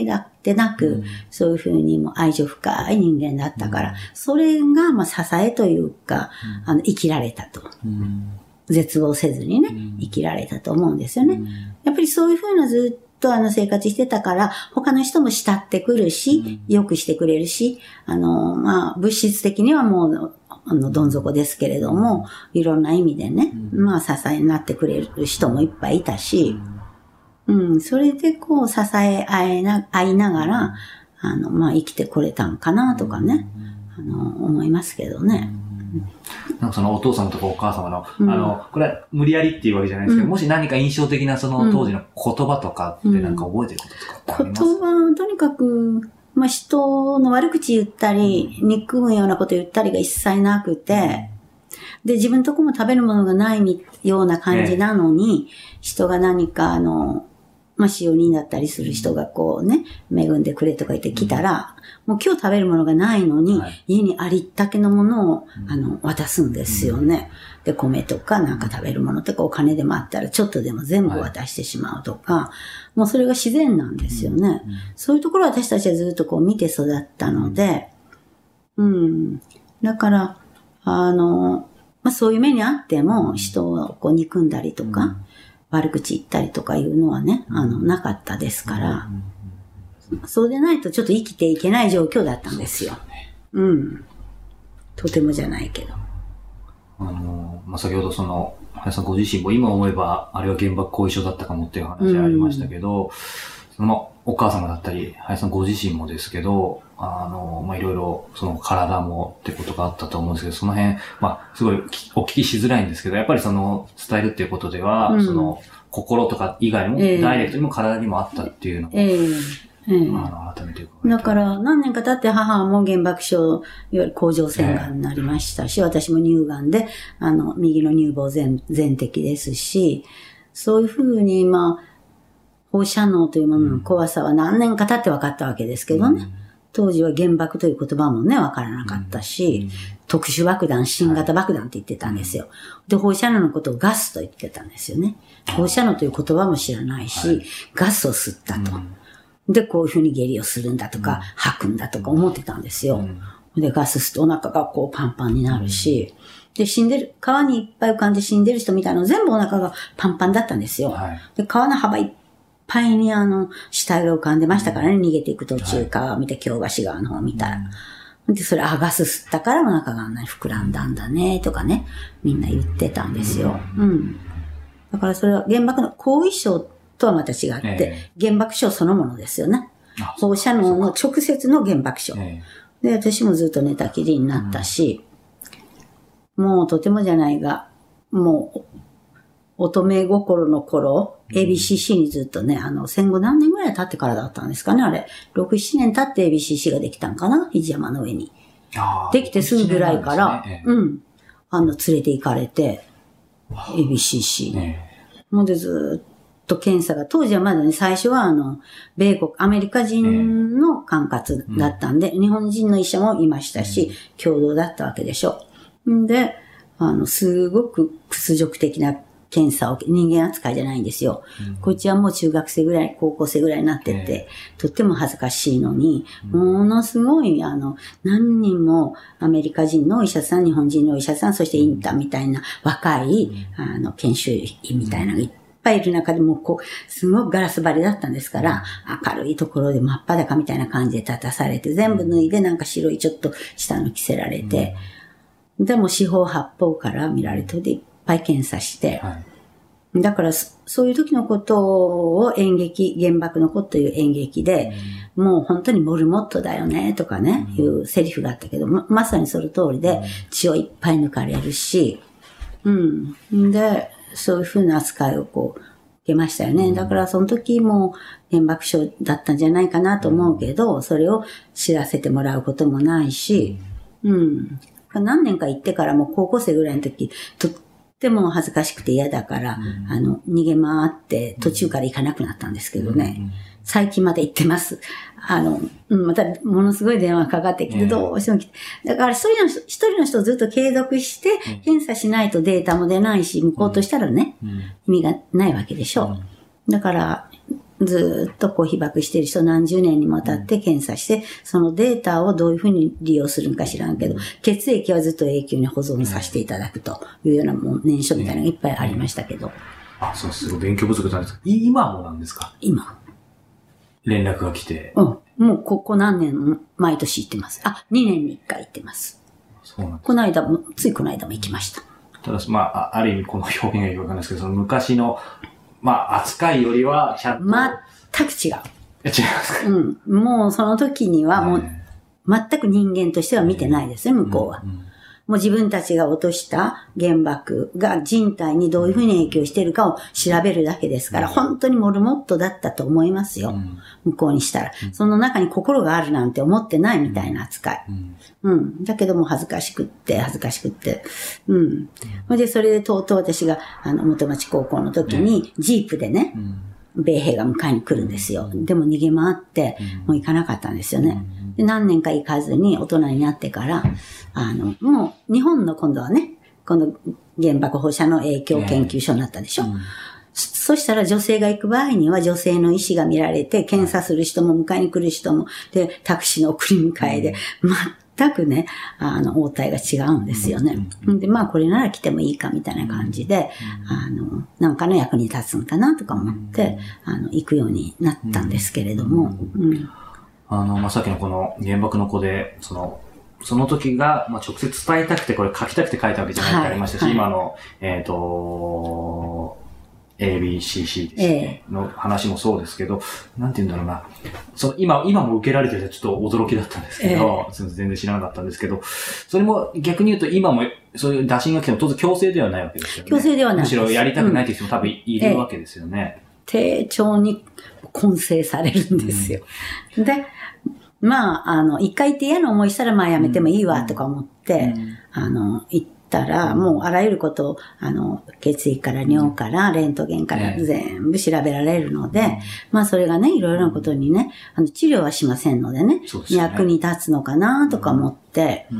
ってなく、うん、そういうふうにも愛情深い人間だったから、うん、それがまあ支えというか、うん、あの生きられたと、うん。絶望せずにね、うん、生きられたと思うんですよね。うん、やっぱりそういうふうなずっとあの生活してたから、他の人も慕ってくるし、うん、良くしてくれるし、あの、まあ、物質的にはもう、あの、どん底ですけれども、いろんな意味でね、うん、まあ、支えになってくれる人もいっぱいいたし、うん、うん、それでこう、支え合えな、合いながら、あの、まあ、生きてこれたんかなとかね、あの、思いますけどね。 なんかそのお父様とかお母様の、うん、あの、これは無理やりっていうわけじゃないですけど、うん、もし何か印象的なその当時の言葉とかってなんか覚えてることとかってあります？ 言葉、とにかく、まあ、人の悪口言ったり、憎むようなこと言ったりが一切なくて、で、自分とこも食べるものがないような感じなのに、ええ、人が何かあの、まあ、使用人だったりする人がこうね、恵んでくれとか言って来たら、もう今日食べるものがないのに、はい、家にありったけのものを、あの、渡すんですよね。で、米とかなんか食べるものとかお金でもあったらちょっとでも全部渡してしまうとか、はい、もうそれが自然なんですよね。うんうん、そういうところを私たちはずっとこう見て育ったので、うん。だから、あの、まあ、そういう目にあっても人をこう憎んだりとか、うん、悪口言ったりとかいうのはね、あの、なかったですから、そうでないとちょっと生きていけない状況だったんですよ。う, ね、うん。とてもじゃないけど。 あの、まあ、先ほどその、林さんご自身も今思えば、あれは原爆後遺症だったかもっていう話ありましたけど、うん、その、お母様だったり、林さんご自身もですけど、あの、まあ、いろいろ、その体もってことがあったと思うんですけど、その辺、まあ、すごいお聞きしづらいんですけど、やっぱりその、伝えるっていうことでは、うん、その、心とか以外も、えー、ダイレクトにも体にもあったっていうのを、えーえーまあ、改めてだから何年か経って母も原爆症、いわゆる甲状腺がんになりましたし、えー、私も乳がんで、あの、右の乳房全全摘ですし、そういうふうに、まあ、放射能というものの怖さは何年か経って分かったわけですけどね。うん、当時は原爆という言葉もね、分からなかったし、うん、特殊爆弾、新型爆弾って言ってたんですよ。はい、で、放射能のことをガスと言ってたんですよね。放射能という言葉も知らないし、はい、ガスを吸ったと。うんで、こういうふうに下痢をするんだとか、うん、吐くんだとか思ってたんですよ。うん、で、ガス吸ってお腹がこうパンパンになるし、うん、で、死んでる、川にいっぱい浮かんで死んでる人みたいなの全部お腹がパンパンだったんですよ。はい、で、川の幅いっぱいにあの、死体が浮かんでましたからね、逃げていく途中、川を見て、京橋川の方を見たら。うん、で、それ、あ、ガス吸ったからお腹があんなに膨らんだんだね、とかね、みんな言ってたんですよ。うん。だからそれは原爆の後遺症とはまた違って、えー、原爆症そのものですよね。放射能の直接の原爆症。えー、で、私もずっと寝たきりになったし、うん、もうとてもじゃないが、もう、乙女心の頃、うん、エービーシーシー にずっとね、あの、戦後何年ぐらい経ってからだったんですかね、あれ。ろく、ななねん経って エービーシーシー ができたんかな、肘山の上に。できてすぐぐらいから、ねえー、うん、あの、連れて行かれて、エービーシーシー に。えー、もうでずっと、と検査が、当時はまだね、最初はあの、米国、アメリカ人の管轄だったんで、えーうん、日本人の医者もいましたし、うん、共同だったわけでしょ。んで、あの、すごく屈辱的な検査を、人間扱いじゃないんですよ。うん、こっちはもう中学生ぐらい、高校生ぐらいになってて、えー、とっても恥ずかしいのに、うん、ものすごい、あの、何人もアメリカ人のお医者さん、日本人のお医者さん、そしてインターみたいな若い、うん、あの、研修医みたいなのがいっぱいいっぱいいる中でもこう、すごくガラス張りだったんですから、明るいところで真っ裸みたいな感じで立たされて、全部脱いでなんか白いちょっと下の着せられて、うん、でも四方八方から見られて、でいっぱい検査して、はい、だからそういう時のことを演劇、原爆の子という演劇で、うん、もう本当にモルモットだよねとかね、うん、いうセリフがあったけど、ま、まさにその通りで血をいっぱい抜かれるし、うん。で、そういうふうな扱いをこう、受けましたよね。だからその時も原爆症だったんじゃないかなと思うけど、それを知らせてもらうこともないし、うん。何年か行ってからも高校生ぐらいの時、とっても恥ずかしくて嫌だから、うん、あの、逃げ回って途中から行かなくなったんですけどね。うん、最近まで行ってます。あの、また、ものすごい電話かかってきて、どうしても来て。だから一人の人、一人の人をずっと継続して、検査しないとデータも出ないし、向こうとしたらね、うん、意味がないわけでしょ。うん、だから、 ずっとこう被爆している人何十年にもわたって検査して、そのデータをどういうふうに利用するのか知らんけど、血液はずっと永久に保存させていただくというようなもう念書みたいなのがいっぱいありましたけど。 あ、そうすごい勉強不足なんですか。今もなんですか？ 今。 連絡が来て。 うん。もうここ何年毎年行ってます。あ、にねんにいっかい行ってます。そうなんです。この間も、ついこの間も行きました。 ただ、まあ、ある意味この表現がよくわかんないですけど、その昔の、まあ、扱いよりは、ちゃんと。 全く違う。 え、違いますか？ うん。もうその時にはもう、全く人間としては見てないですね、向こうは。うんうん、もう自分たちが落とした原爆が人体にどういうふうに影響しているかを調べるだけですから、うん、本当にモルモットだったと思いますよ。うん、向こうにしたら、うん。その中に心があるなんて思ってないみたいな扱い。うん。うん、だけども恥ずかしくって、恥ずかしくって。うん。うん、で、それでとうとう私が、あの、元町高校の時に、ジープでね、うん米兵が迎えに来るんですよ。でも逃げ回って、もう行かなかったんですよね。で何年か行かずに大人になってから、あの、もう日本の今度はね、今度原爆放射の影響研究所になったでしょ。うん、そしたら女性が行く場合には女性の意思が見られて、検査する人も迎えに来る人も、で、タクシーの送り迎えで、うん全くね、あの、応対が違うんですよね。で、まあ、これなら来てもいいかみたいな感じで、あの、なんかの役に立つんかなとか思って、あの、行くようになったんですけれども。うん、 あの、まあ、さっきのこの原爆の子で、その、その時が、まあ、直接伝えたくて、これ書きたくて書いたわけじゃないってありましたし、はいはい、今の、えっと、エービーシーシー ですね、えー、の話もそうですけど、なんて言うんだろうな。その今、今も受けられててちょっと驚きだったんですけど、えー、全然知らなかったんですけど、それも逆に言うと今もそういう打診が来ても当然強制ではないわけですよね。 強制ではない。 むしろやりたくないという人も多分いるわけですよね。 うんえー、丁重に混成されるんですよ。うん、で、まあ、あの、一回行って嫌な思いしたらまあやめてもいいわとか思って、うん、あの、行って、たら、もうあらゆることを、あの、血液から尿からレントゲンから全部調べられるので、うん、まあそれがね、いろいろなことにね、あの、治療はしませんのでね、でね役に立つのかなとか思って、うん、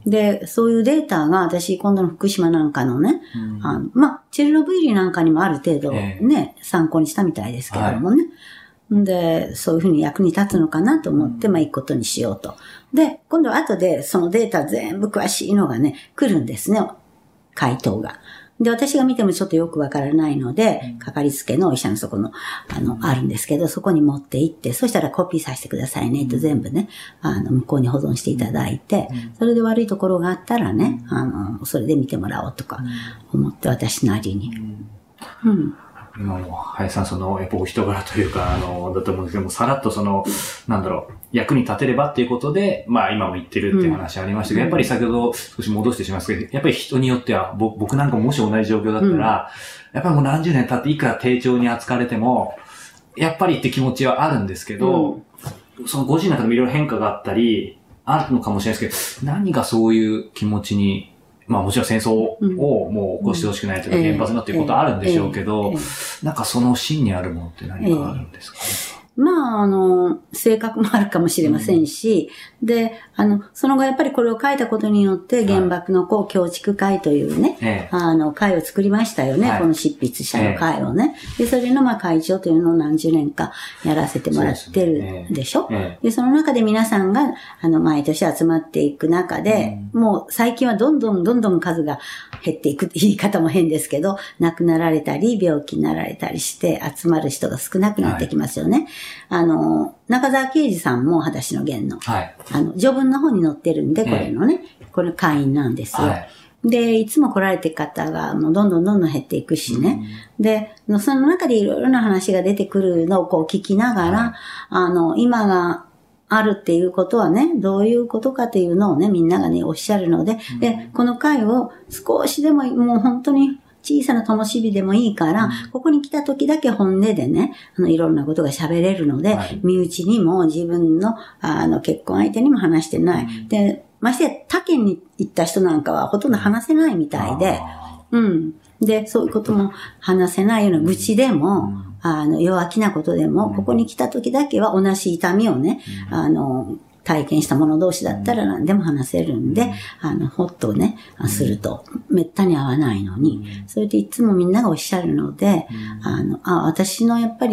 で、そういうデータが私、今度の福島なんかのね、うん、あのまあ、チェルノブイリなんかにもある程度ね、えー、参考にしたみたいですけどもね、はいで、そういうふうに役に立つのかなと思って、まあ、行くことにしようと。で、今度は後でそのデータ全部詳しいのがね、来るんですね、回答が。で、私が見てもちょっとよくわからないので、かかりつけのお医者のそこの、あの、あるんですけど、そこに持って行って、そしたらコピーさせてくださいね、と全部ね、あの、向こうに保存していただいて、それで悪いところがあったらね、あの、それで見てもらおうとか思って、私なりに。うん。 今も、林さん、その、やっぱお人柄というか、あの、だと思うんですけども、さらっとその、なんだろう、役に立てればっていうことで、まあ今も言ってるっていう話ありましたけど、うん、やっぱり先ほど少し戻してしまいますけど、やっぱり人によっては、僕なんかもし同じ状況だったら、うん、やっぱりもう何十年経っていくら丁重に扱われても、やっぱりって気持ちはあるんですけど、うん、そのご自身の中でもいろいろ変化があったり、あるのかもしれないですけど、何がそういう気持ちに、まあもちろん戦争をもう起こしてほしくないというか、うん、原発のっていうことはあるんでしょうけど、えーえーえー、なんかその芯にあるものって何かあるんですかね。えーまあ、あの、性格もあるかもしれませんし、うん、で、あの、その後やっぱりこれを書いたことによって、原爆のこう、教畜会というね、はい、あの、会を作りましたよね、はい、この執筆者の会をね。で、それのまあ会長というのを何十年かやらせてもらってるでしょ。で、ね、で、その中で皆さんが、あの、毎年集まっていく中で、うん、もう最近はどんどんどんどん数が減っていく、言い方も変ですけど、亡くなられたり、病気になられたりして、集まる人が少なくなってきますよね。はいあの、中沢啓治さんも裸足の弦の、はい、あの、序文の方に載ってるんで、これのね、えー、これ会員なんですよ。はい、で、いつも来られてる方が、もうどんどんどんどん減っていくしね。うん、で、その中でいろいろな話が出てくるのをこう聞きながら、はい、あの、今があるっていうことはね、どういうことかっていうのをね、みんながね、おっしゃるので、うん、で、この会を少しでももう本当に、小さな灯火でもいいから、うん、ここに来た時だけ本音でね、あの、いろんなことが喋れるので、はい、身内にも自分の、あの、結婚相手にも話してない。うん、で、ましてや他県に行った人なんかはほとんど話せないみたいで、うん。で、そういうことも話せないような愚痴でも、うん、あの、弱気なことでも、うん、ここに来た時だけは同じ痛みをね、うん、あの、体験した者同士だったら何でも話せるんで、うん、あの、ほっとね、すると、めったに会わないのに、うん、それでいつもみんながおっしゃるので、うん、あの、あ、私のやっぱり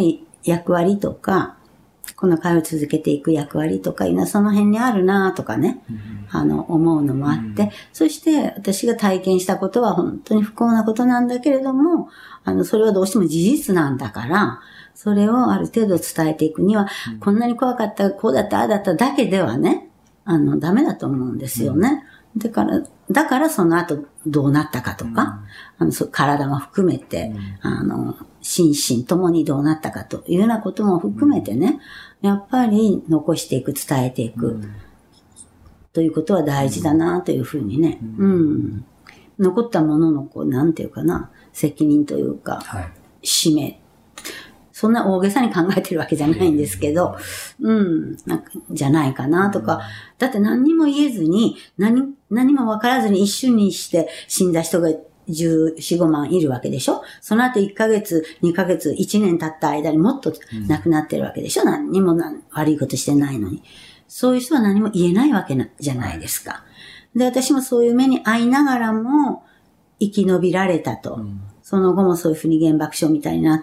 役割とか、この会を続けていく役割とかいうのはその辺にあるなとかね、うん、あの、思うのもあって、うん、そして私が体験したことは本当に不幸なことなんだけれども、あの、それはどうしても事実なんだから、それをある程度伝えていくには、うん、こんなに怖かった、こうだった、ああだっただけではね、あの、ダメだと思うんですよね。うん、だから、だからその後どうなったかとか、うん、あの体も含めて、うん、あの、心身ともにどうなったかというようなことも含めてね、やっぱり残していく、伝えていく、うん、ということは大事だなというふうにね、うん、うん。残ったものの、こう、なんていうかな、責任というか、はい、使命。そんな大げさに考えてるわけじゃないんですけど、うん、なんか、じゃないかなとか、だって何にも言えずに、何、何も分からずに一瞬にして死んだ人がじゅうよん、ごまんいるわけでしょ。その後いっかげつ、にかげつ、いちねん経った間にもっと亡くなってるわけでしょ。うん、何にも悪いことしてないのに。そういう人は何も言えないわけなじゃないですか。で、私もそういう目に遭いながらも生き延びられたと。うん、その後もそういうふうに原爆症みたいになって、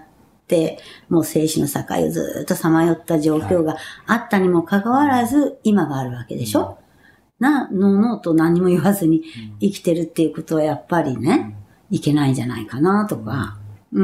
もう生死の境をずっとさまよった状況があったにもかかわらず、今があるわけでしょ。な、のうのうと何も言わずに生きてるっていうことはやっぱりね、いけないんじゃないかなとか、うん、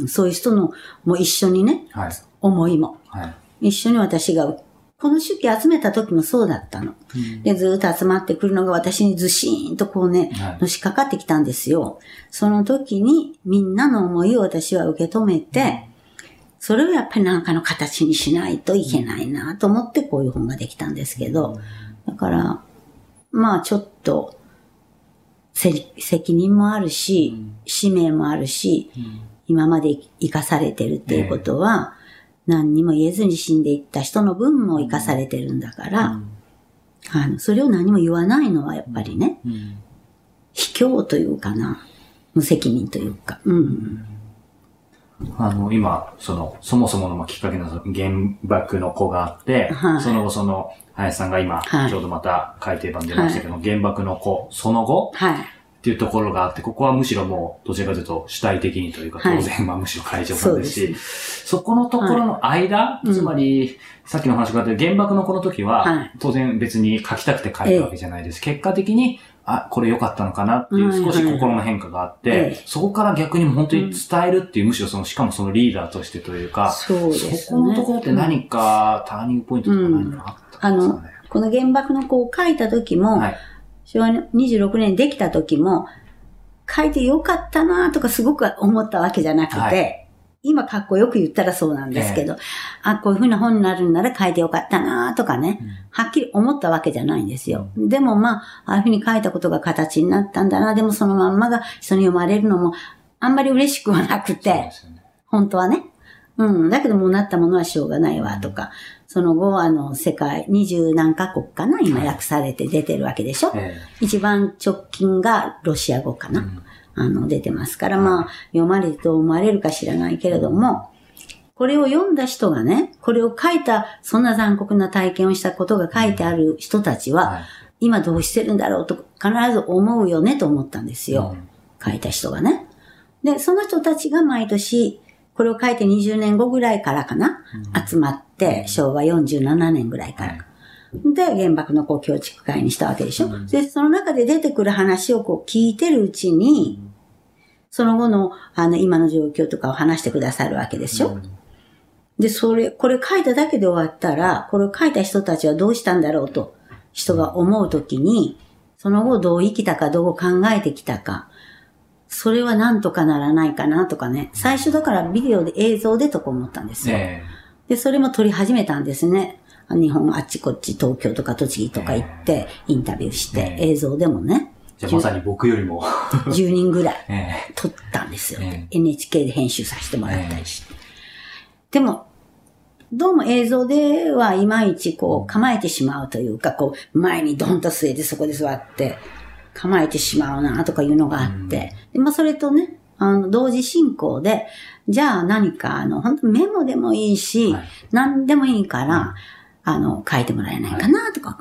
そういう人のもう一緒にね、はい、思いも、はい、一緒に私が、この手記集めた時もそうだったの。うん、で、ずっと集まってくるのが私にずしーんとこうね、はい、のしかかってきたんですよ。その時にみんなの思いを私は受け止めて、それをやっぱり何かの形にしないといけないなと思ってこういう本ができたんですけど、だから、まあちょっと、責任もあるし、うん、使命もあるし、うん、今まで生かされてるっていうことは、えー、何にも言えずに死んでいった人の分も生かされてるんだから、うん、あの、それを何も言わないのはやっぱりね、うん、卑怯というかな、無責任というか、うん、 あの、今、その、そもそものきっかけの原爆の子があって、はい、その後その、林さんが今、はい、ちょうどまた改訂版出ましたけど、はい、原爆の子、その後、はい、っていうところがあって、ここはむしろもう、どちらかというと主体的にというか、当然、はい、まあむしろ会場さんですし、そ, そこのところの間、はい、つまり、うん、さっきの話があった原爆の子の時は、はい、当然別に書きたくて書いたわけじゃないです。えー、結果的に、あ、これ良かったのかなっていう少し心の変化があって、はいはい、そこから逆にも本当に伝えるっていう、うん、むしろその、しかもそのリーダーとしてというか、そうですね、そこのところって何かターニングポイントとか何かあったんですかね。うん、あのこの原爆の子を書いた時も、はい、しょわにじゅうろくねんできた時も、書いてよかったなとかすごく思ったわけじゃなくて、はい、今かっこよく言ったらそうなんですけど、えー、あ、こういう風な本になるんなら書いてよかったなとかね、うん、はっきり思ったわけじゃないんですよ。うん、でもまあ、ああいう風に書いたことが形になったんだな、でもそのまんまが人に読まれるのもあんまり嬉しくはなくて、ね、本当はね。うん。だけどもうなったものはしょうがないわとか、うん、その後、あの、世界二十何カ国かな、今訳されて出てるわけでしょ。はい、一番直近がロシア語かな。うん、あの、出てますから、まあ、読まれてどう思われるか知らないけれども、これを読んだ人がね、これを書いた、そんな残酷な体験をしたことが書いてある人たちは、はい、今どうしてるんだろうと必ず思うよねと思ったんですよ。うん、書いた人がね。で、その人たちが毎年、これを書いてにじゅうねんごぐらいからかな、うん、集まって、しょうわよんじゅうななねんぐらいから。うん、で、原爆のこう共築会にしたわけでしょ。うん、で、その中で出てくる話をこう聞いてるうちに、うん、その後の、あの、今の状況とかを話してくださるわけでしょ。うん、で、それ、これ書いただけで終わったら、これを書いた人たちはどうしたんだろうと、人が思うときに、その後どう生きたか、どう考えてきたか、それはなんとかならないかなとかね。最初だからビデオで映像でとか思ったんですよ。えー、で、それも撮り始めたんですね。日本あっちこっち東京とか栃木とか行ってインタビューして、えー、映像でもね。 じゃあまさに僕よりもじゅうにんぐらい撮ったんですよ。えー、エヌエイチケー で編集させてもらったりして。えー、でも、どうも映像ではいまいちこう構えてしまうというか、こう前にドンと据えてそこで座って、構えてしまうなとかいうのがあって、でまあ、それとね、あの、同時進行で、じゃあ何か、あの、本当メモでもいいし、はい、何でもいいから、あの、書いてもらえないかなとか、はい、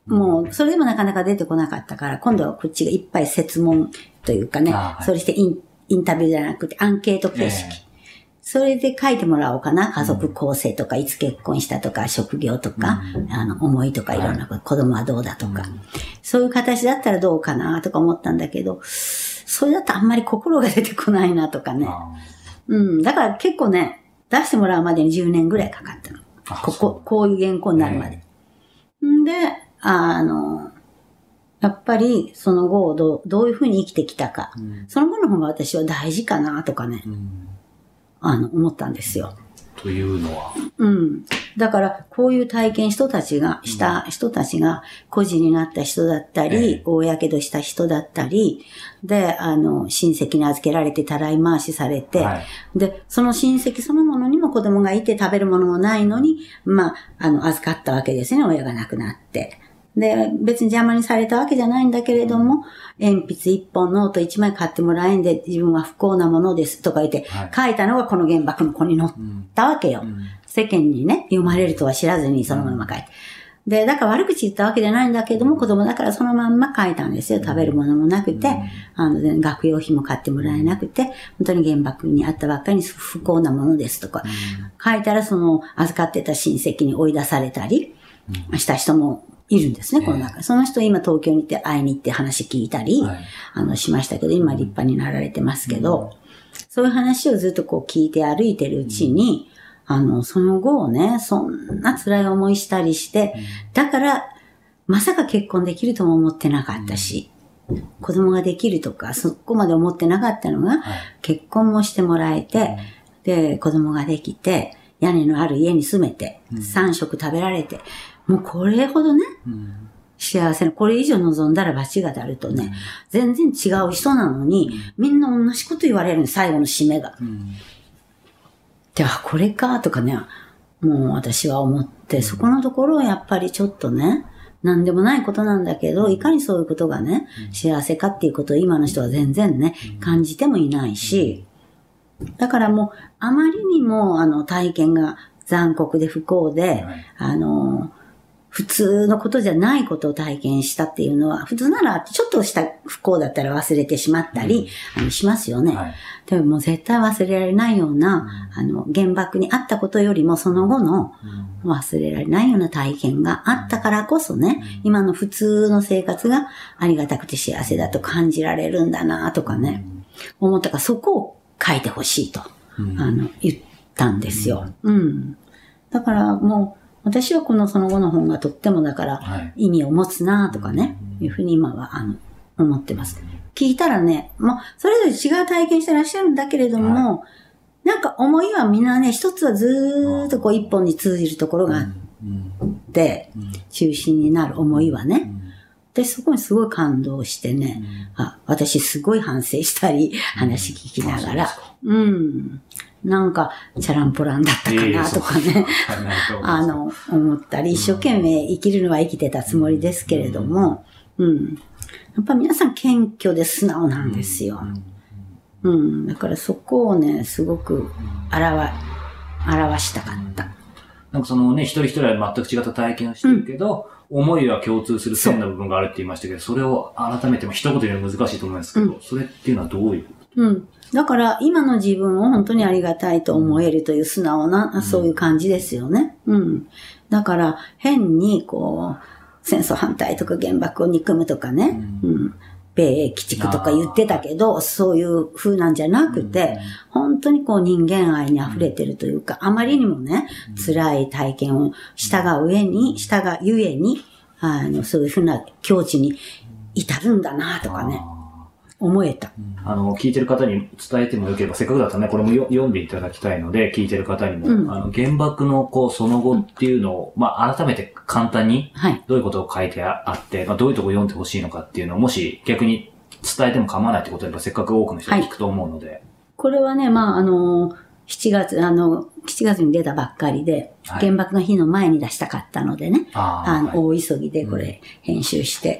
もう、それでもなかなか出てこなかったから、今度はこっちがいっぱい設問というかね、はい、それしてイン、インタビューじゃなくてアンケート形式。えー、 それで書いてもらおうかな。家族構成とか、いつ結婚したとか、職業とか、うん、あの、思いとかいろんなこと、はい、子供はどうだとか、うん、そういう形だったらどうかなとか思ったんだけど、それだとあんまり心が出てこないなとかね。うん。だから結構ね、出してもらうまでにじゅうねんぐらいかかったの。ここ、こういう原稿になるまで。んで、あの、やっぱりその後どう、どういうふうに生きてきたか、うん、その後の方が私は大事かなとかね、うん、あの、思ったんですよ。 というのはうん。だから、こういう体験人たちが、した人たちが、孤児になった人だったり、えー、大やけどした人だったり、で、あの、親戚に預けられてたらい回しされて、はい、で、その親戚そのものにも子供がいて食べるものもないのに、まあ、あの、預かったわけですね、親が亡くなって。で、別に邪魔にされたわけじゃないんだけれども、鉛筆一本、ノート一枚買ってもらえんで、自分は不幸なものですとか言って、はい、書いたのがこの原爆の子に載ったわけよ。うん、世間にね、読まれるとは知らずにそのまま書いて。うん、で、だから悪口言ったわけじゃないんだけども、子供だからそのまんま書いたんですよ。食べるものもなくて、うん、あの、学用費も買ってもらえなくて、本当に原爆にあったばっかりに不幸なものですとか、うん、書いたらその預かってた親戚に追い出されたりした人も、いるんですね、この中。その人今東京に行って会いに行って話聞いたり、はい、あの、しましたけど、今立派になられてますけど、うん、そういう話をずっとこう聞いて歩いてるうちに、うん、あの、その後ね、そんな辛い思いしたりして、うん、だから、まさか結婚できるとも思ってなかったし、うん、子供ができるとか、そこまで思ってなかったのが、はい、結婚もしてもらえて、うん、で、子供ができて、屋根のある家に住めて、うん、さん食食べられて、もうこれほどね、うん、幸せな、これ以上望んだら罰が当たるとね、うん、全然違う人なのに、うん、みんな同じこと言われるの、最後の締めが。うん、で、あ、これか、とかね、もう私は思って、うん、そこのところはやっぱりちょっとね、なんでもないことなんだけど、いかにそういうことがね、うん、幸せかっていうことを今の人は全然ね、感じてもいないし、だからもう、あまりにも、あの、体験が残酷で不幸で、はい、あの、普通のことじゃないことを体験したっていうのは、普通ならちょっとした不幸だったら忘れてしまったり、うん、あのしますよね。はい、でももう絶対忘れられないような、うん、あの、原爆にあったことよりもその後の忘れられないような体験があったからこそね、うん、今の普通の生活がありがたくて幸せだと感じられるんだなとかね、うん、思ったからそこを書いてほしいと、うん、あの、言ったんですよ。うん。うん、だからもう、私はこのその後の本がとってもだから意味を持つなとかね、はい、いうふうに今はあの思ってます。聞いたらね、もうそれぞれ違う体験してらっしゃるんだけれども、はい、なんか思いはみんなね、一つはずーっとこう一本に通じるところがあって、中心になる思いはね、で、そこにすごい感動してね、あ、私すごい反省したり、話聞きながら、うん。なんか、チャランポランだったかなとかね、あの、思ったり、一生懸命生きるのは生きてたつもりですけれども、うん。やっぱ皆さん謙虚で素直なんですよ。うん。だからそこをね、すごく表、表したかった。 なんかそのね、一人一人は全く違った体験をしてるけど、うん、思いは共通する線の部分があるって言いましたけど、それを改めても一言で言うのは難しいと思いますけど、うん、それっていうのはどういうことうん。だから今の自分を本当にありがたいと思えるという素直な、うん、そういう感じですよね。うん。だから変にこう、戦争反対とか原爆を憎むとかね、うん、うん、米英鬼畜とか言ってたけど、そういう風なんじゃなくて、うん、本当にこう人間愛に溢れてるというか、あまりにもね、辛い体験をしたが上に、したがゆえに、あの、そういう風な境地に至るんだなとかね。思えた。 あの、聞いてる方に伝えてもよければ、せっかくだったらね、これも読んでいただきたいので、聞いてる方にも、うん、あの、原爆のこう、その後っていうのを、うん、まあ、改めて簡単に、どういうことを書いてあって、はい、まあ、どういうところを読んでほしいのかっていうのを、もし逆に伝えても構わないってことで、せっかく多くの人が聞くと思うので。はい、 これはね、まあ、あの、しちがつ、あの、しちがつに出たばっかりで、はい、原爆の日の前に出したかったのでね、ああの、はい、大急ぎでこれ編集して、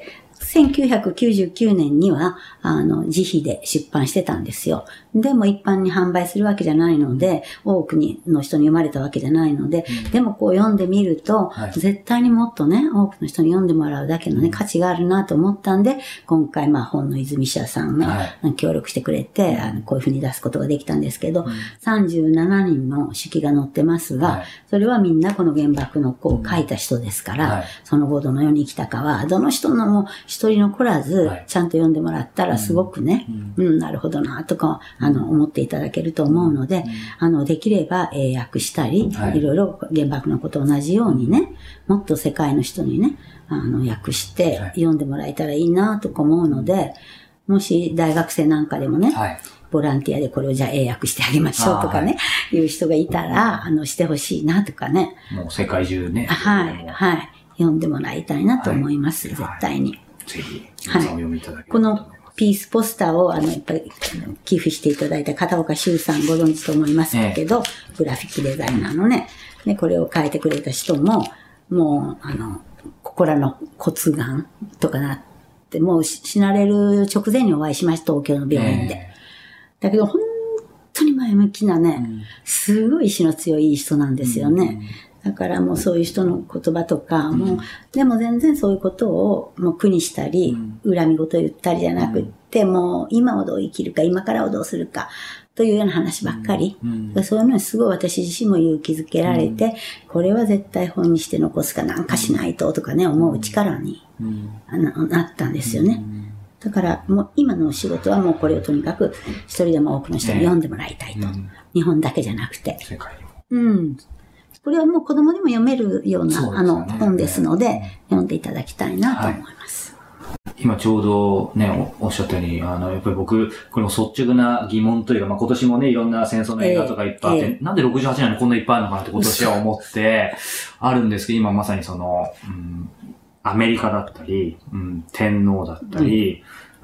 せんきゅうひゃくきゅうじゅうきゅうねんには、あの、自費で出版してたんですよ。でも一般に販売するわけじゃないので、多くの人に読まれたわけじゃないので、うん、でもこう読んでみると、はい、絶対にもっとね、多くの人に読んでもらうだけのね、価値があるなと思ったんで、今回、まあ、本の泉社さんが協力してくれて、はい、あのこういうふうに出すことができたんですけど、うん、さんじゅうななにんの手記が載ってますが、はい、それはみんなこの原爆の子を書いた人ですから、はい、その後どのように生きたかは、どの人のも一人残らず、ちゃんと読んでもらったらすごくね、うん、うん、なるほどな、とか、あの、思っていただけると思うので、あの、できれば英訳したり、はい、いろいろ原爆のことと同じようにね、もっと世界の人にね、あの、訳して読んでもらえたらいいなとか思うので、もし大学生なんかでもね、はい、ボランティアでこれをじゃあ英訳してあげましょうとかね、はい、いう人がいたら、あの、してほしいなとかね。 もう世界中ね。 はい、はい。読んでもらいたいなと思います、はい、絶対に。 ぜひ、皆さんお読みいただければと思います。このピースポスターを、あの、やっぱり、寄付していただいた片岡修さんご存知と思いますけど、ええ、グラフィックデザイナーのね、で、これを書いてくれた人も、もう、あの、ここらの骨がんとかなって、もう死なれる直前にお会いしました、東京の病院で。えー、だけど、本当に前向きなね、うん、すごい意志の強い人なんですよね。うん、だからもうそういう人の言葉とか、うん、もう、でも全然そういうことをもう苦にしたり、うん、恨み事言ったりじゃなくって、うん、もう今をどう生きるか、今からをどうするか、というような話ばっかり。うんうん、そういうのにすごい私自身も勇気づけられて、うん、これは絶対本にして残すかなんかしないととかね、思う力に、うん、な, なったんですよね。うん、だからもう今の仕事はもうこれをとにかく一人でも多くの人に読んでもらいたいと。うん、日本だけじゃなくて。 世界にも。 うん。これはもう子供でも読めるような、ね、あの本ですので、読んでいただきたいなと思います。はい、 今ちょうどね、おっしゃったように、あの、やっぱり僕、この率直な疑問というか、まあ今年もね、いろんな戦争の映画とかいっぱいあって、えーえー、なんでろくじゅうはちねんにこんないっぱいあるのかなって今年は思って、あるんですけど、今まさにその、うん、アメリカだったり、うん、天皇だったり、うん、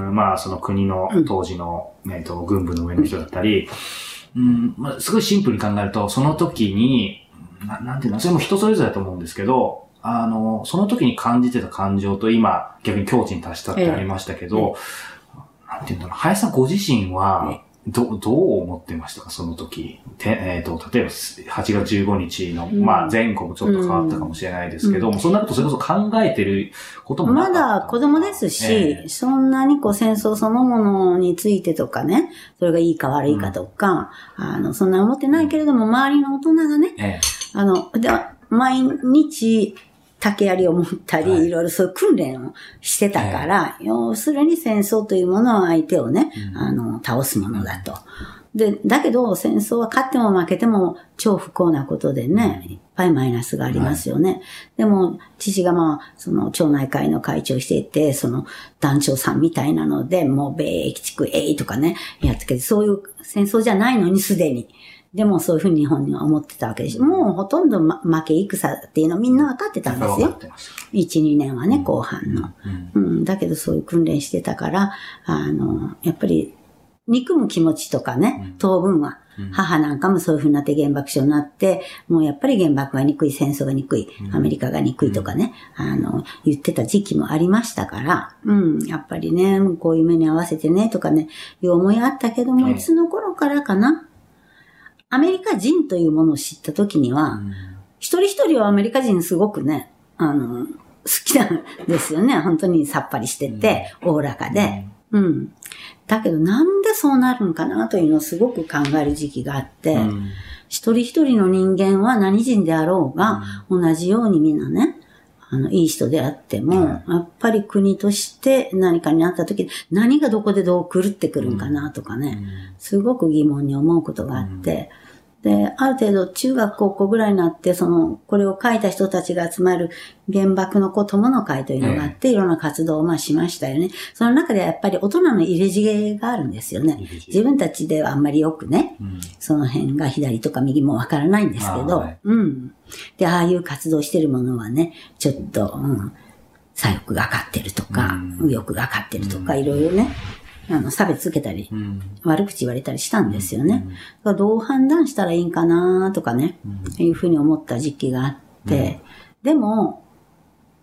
うーんまあその国の当時の、えっと、軍部の上の人だったり、うんまあ、すごいシンプルに考えると、その時に、ななんていうの、それも人それぞれだと思うんですけど、あの、その時に感じてた感情と今、逆に境地に達したってありましたけど、ええ、なんていうんだろう、林さんご自身は、ど、どう思ってましたか、その時。てえっ、ー、と、例えばはちがつじゅうごにちの、うん、まあ前後もちょっと変わったかもしれないですけど、うん、そんなことそれこそ考えてることもなかった。 まだ子供ですし、えー、そんなにこう戦争そのものについてとかね、それがいいか悪いかとか、うん、あの、そんな思ってないけれども、周りの大人がね、えー、あの、で毎日、竹槍を持ったり、はい、いろいろそういう訓練をしてたから、えー、要するに戦争というものは相手をね、うん、あの、倒すものだと。で、だけど戦争は勝っても負けても超不幸なことでね、いっぱいマイナスがありますよね。はい、でも、父がまあ、その町内会の会長をしていて、その団長さんみたいなので、もう米英基地区えいとかね、やってけど、そういう戦争じゃないのにすでに。でもそういうふうに日本には思ってたわけです。もうほとんど、ま、負け戦っていうのをみんな分かってたんですよ。いち、にねんはね、後半の、うんうん。だけどそういう訓練してたから、あの、やっぱり、憎む気持ちとかね、当分は、うん、母なんかもそういうふうになって原爆症になって、もうやっぱり原爆が憎い、戦争が憎い、アメリカが憎いとかね、うん、あの、言ってた時期もありましたから、うん、やっぱりね、こういう目に合わせてね、とかね、いう思いあったけども、いつの頃からかな、アメリカ人というものを知ったときには、うん、一人一人はアメリカ人すごくね、あの、好きなんですよね。本当にさっぱりしてて、おおらかで。うん。うん、だけどなんでそうなるのかなというのをすごく考える時期があって、うん、一人一人の人間は何人であろうが、うん、同じようにみんなね、あの、いい人であっても、うん、やっぱり国として何かになった時に何がどこでどう狂ってくるんかなとかね、うん、すごく疑問に思うことがあって、うん、で、ある程度中学高校ぐらいになって、その、これを書いた人たちが集まる原爆の子友の会というのがあって、ええ、いろんな活動をまあしましたよね。その中でやっぱり大人の入れ知恵があるんですよね。自分たちではあんまりよくね、うん、その辺が左とか右もわからないんですけど、はい、うん。で、ああいう活動してるものはね、ちょっと、うん、左翼がかってるとか、うん、右翼がかってるとか、いろいろね、あの、差別受けたり、うん、悪口言われたりしたんですよね。うん、だからどう判断したらいいんかなとかね、うん、いうふうに思った時期があって、うん、でも、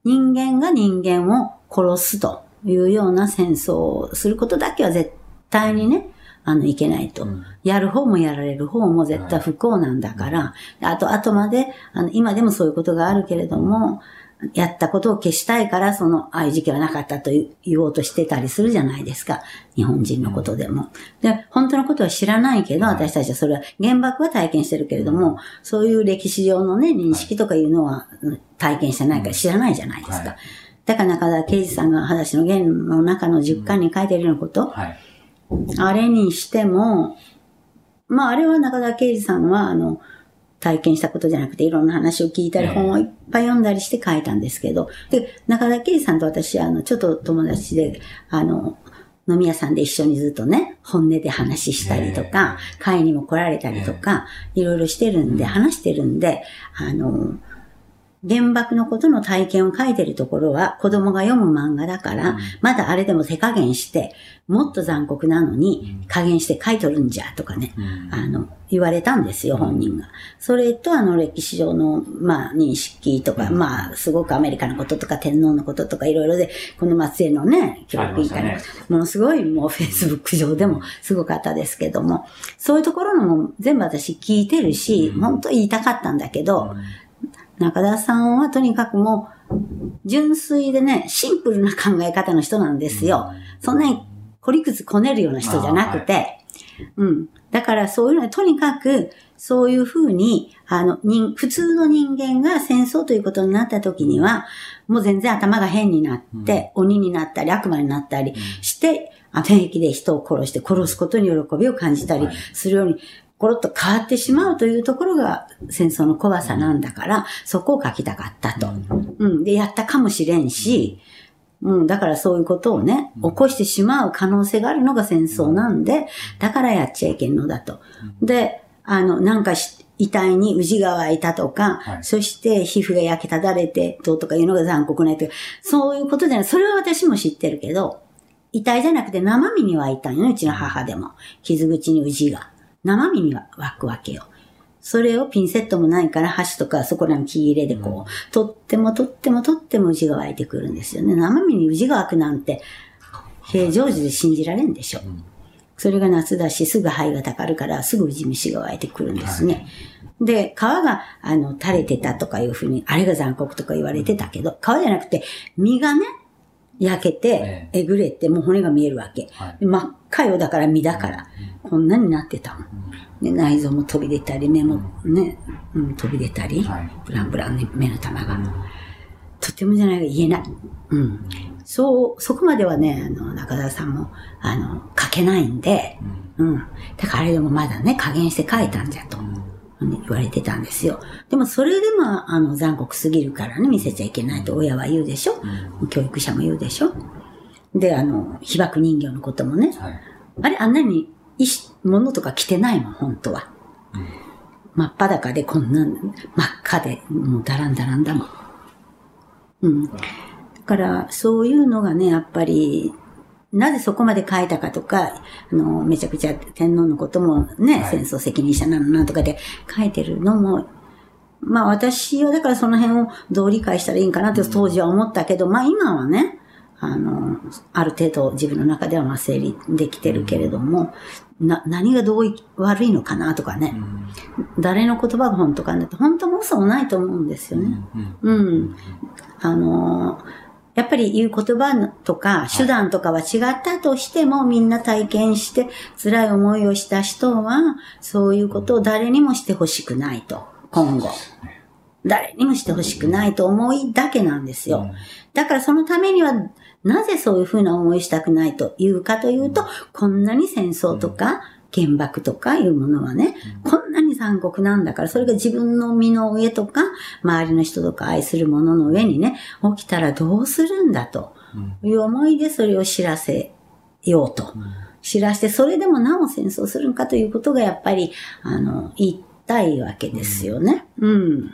人間が人間を殺すというような戦争をすることだけは絶対にね、あの、いけないと。うん、やる方もやられる方も絶対不幸なんだから、はい、あと、後まで、あの、今でもそういうことがあるけれども、やったことを消したいから、その、ああいう時期はなかったと言おうとしてたりするじゃないですか。日本人のことでも。で、本当のことは知らないけど、私たちはそれは、原爆は体験してるけれども、そういう歴史上のね、認識とかいうのは体験してないから知らないじゃないですか。だから中田圭司さんが裸足の弦の中のじゅっかんに書いてるようなこと、はい、あれにしても、まああれは中田圭司さんは、あの、体験したことじゃなくていろんな話を聞いたり、本をいっぱい読んだりして書いたんですけど、で、中田圭司さんと私、あの、ちょっと友達で、あの、飲み屋さんで一緒にずっとね、本音で話したりとか、会にも来られたりとか、いろいろしてるんで、話してるんで、あの、原爆のことの体験を書いてるところは子供が読む漫画だから、うん、まだあれでも手加減して、もっと残酷なのに加減して書いとるんじゃとかね、うん、あの、言われたんですよ、本人が。それとあの歴史上の、まあ、認識とか、うん、まあ、すごくアメリカのこととか天皇のこととかいろいろで、この松江のね、教育委員会のこと、ね、ものすごいもうフェイスブック上でもすごかったですけども、そういうところのも全部私聞いてるし、うん、本当言いたかったんだけど、うん中田さんはとにかくもう、純粋でね、シンプルな考え方の人なんですよ。そんなにこりくつこねるような人じゃなくて、はい、うん。だからそういうのはとにかく、そういうふうに、あの、人、普通の人間が戦争ということになった時には、もう全然頭が変になって、うん、鬼になったり悪魔になったりして、うん、平気で人を殺して殺すことに喜びを感じたりするように、はいコロッと変わってしまうというところが戦争の怖さなんだから、そこを書きたかったと。うん。で、やったかもしれんし、うん。だからそういうことをね、起こしてしまう可能性があるのが戦争なんで、だからやっちゃいけんのだと。で、あの、なんか遺体に宇治が湧いたとか、はい、そして皮膚が焼けただれてどうとかいうのが残酷なという、そういうことじゃない。それは私も知ってるけど、遺体じゃなくて生身に湧いたんよ、うちの母でも。傷口に宇治が。生身には湧くわけよ。それをピンセットもないから箸とかそこらの木入れでこう、うん、取っても取っても取っても宇治が湧いてくるんですよね。生身に宇治が湧くなんて平常時で信じられんでしょ。うん、それが夏だしすぐ灰がたかるからすぐ宇治虫が湧いてくるんですね。はい、で、皮があの垂れてたとかいうふうに、あれが残酷とか言われてたけど、皮じゃなくて身がね、焼けて、えぐれて、もう骨が見えるわけ。はい、真っ赤よだから身だから、うん、こんなになってたもん。で内臓も飛び出たり、目もね、うん、飛び出たり、はい、ブランブランに目の玉が。うん、とてもじゃないが言えない。うん。そう、そこまではね、あの、中田さんも、あの、書けないんで、うん。うん、だからあれでもまだね、加減して書いたんじゃと。言われてたんですよ。でもそれでもあの残酷すぎるからね見せちゃいけないと親は言うでしょ、うん、教育者も言うでしょであの被爆人形のこともね、はい、あれあんなに物とか着てないもん本当は、うん、真っ裸でこんな真っ赤でもうダランダランだもん、うん、だからそういうのがねやっぱりなぜそこまで書いたかとか、あの、めちゃくちゃ天皇のこともね、はい、戦争責任者なのなんとかで書いてるのも、まあ私はだからその辺をどう理解したらいいんかなって当時は思ったけど、まあ今はね、あの、ある程度自分の中ではまあ整理できてるけれども、な、何がどう悪いのかなとかね、うん、誰の言葉が本当かなって、本当も嘘もないと思うんですよね。うん。うん、あの、やっぱり言う言葉とか手段とかは違ったとしてもみんな体験して辛い思いをした人はそういうことを誰にもしてほしくないと。今後。誰にもしてほしくないと思いだけなんですよ。だからそのためにはなぜそういうふうな思いしたくないというかというとこんなに戦争とか原爆とかいうものはね、こんなに残酷なんだから、それが自分の身の上とか、周りの人とか愛するものの上にね、起きたらどうするんだという思いでそれを知らせようと。知らして、それでもなお戦争するのかということがやっぱり、あの、言いたいわけですよね。うん。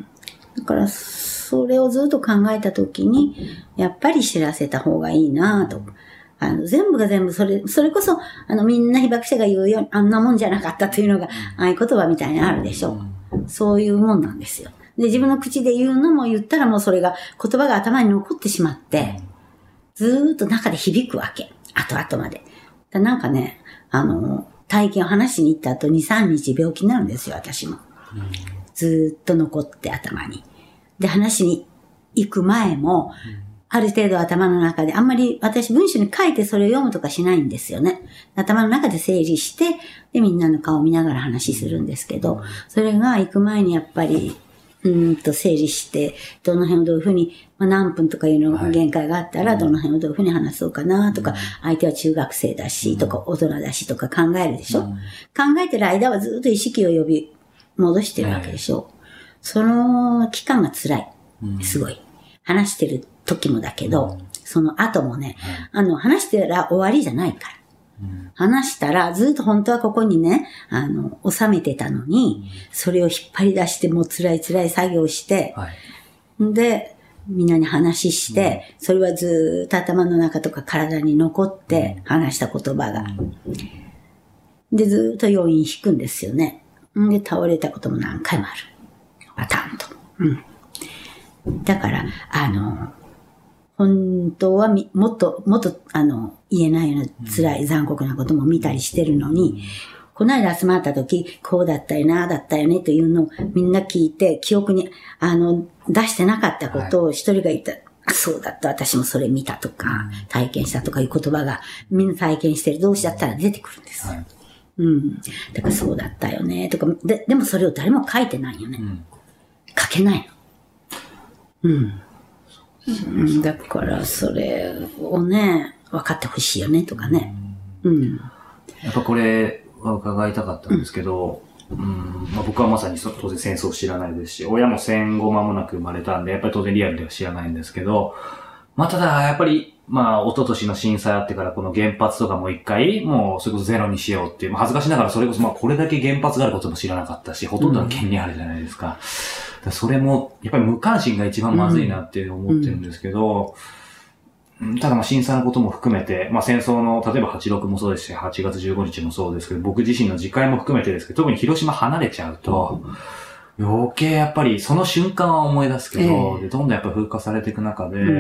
だから、それをずっと考えたときに、やっぱり知らせた方がいいなと。あの、全部が全部、それ、それこそ、あの、みんな被爆者が言うように、あんなもんじゃなかったというのが、合言葉みたいにあるでしょ。そういうもんなんですよ。 で、自分の口で言うのも言ったらもうそれが言葉が頭に残ってしまって、ずーっと中で響くわけ。後々まで。だなんかね、あの、体験を話しに行った後に、さんにち病気になるんですよ、私も。ずーっと残って頭に。で、話しに行く前も、ある程度頭の中で、あんまり私文章に書いてそれを読むとかしないんですよね。頭の中で整理して、で、みんなの顔を見ながら話するんですけど、それが行く前にやっぱり、うーんと整理して、どの辺をどういうふうに、まあ、何分とかいうの限界があったら、どの辺をどういうふうに話そうかなとか、相手は中学生だし、とか大人だしとか考えるでしょ。考えてる間はずっと意識を呼び戻してるわけでしょ。その期間が辛い。すごい。話してる時もだけど、その後もね、あの、話してたら終わりじゃないから。話したら、ずっと本当はここにね、あの、収めてたのに、それを引っ張り出して、もう辛い辛い作業して、はい、で、みんなに話して、それはずっと頭の中とか体に残って、話した言葉が。で、ずっと余韻引くんですよね。で、倒れたことも何回もある。パタンと。うん。だから、あの、本当はみもっと、もっと、あの、言えないような辛い残酷なことも見たりしてるのに、この間集まった時、こうだったよな、だったよねというのをみんな聞いて、記憶に、あの、出してなかったことを一人が言った、はい、そうだった、私もそれ見たとか、体験したとかいう言葉が、みんな体験してる同士だったら出てくるんですよ。はい、うん。だからそうだったよね、とか、で、でもそれを誰も書いてないよね。うん、書けないの。うん。うん、だからそれをね、分かってほしいよねとかね。うん。 やっぱこれは伺いたかったんですけど、うん、まあ、僕はまさに当然戦争を知らないですし、親も戦後間もなく生まれたんで、やっぱり当然リアルでは知らないんですけど、まあただやっぱり、まあ一昨年の震災あってからこの原発とかも一回、もうそれこそゼロにしようっていう、まあ恥ずかしながらそれこそまあこれだけ原発があることも知らなかったし、ほとんどの県にあるじゃないですか。うん、それも、やっぱり無関心が一番まずいなって思ってるんですけど、うんうん、ただまあ震災のことも含めて、まあ戦争の、例えばはちじゅうろくもそうですし、はちがつじゅうごにちもそうですけど、僕自身の自戒も含めてですけど、特に広島離れちゃうと、うん、余計やっぱりその瞬間は思い出すけど、えー、でどんどんやっぱ風化されていく中で、うん、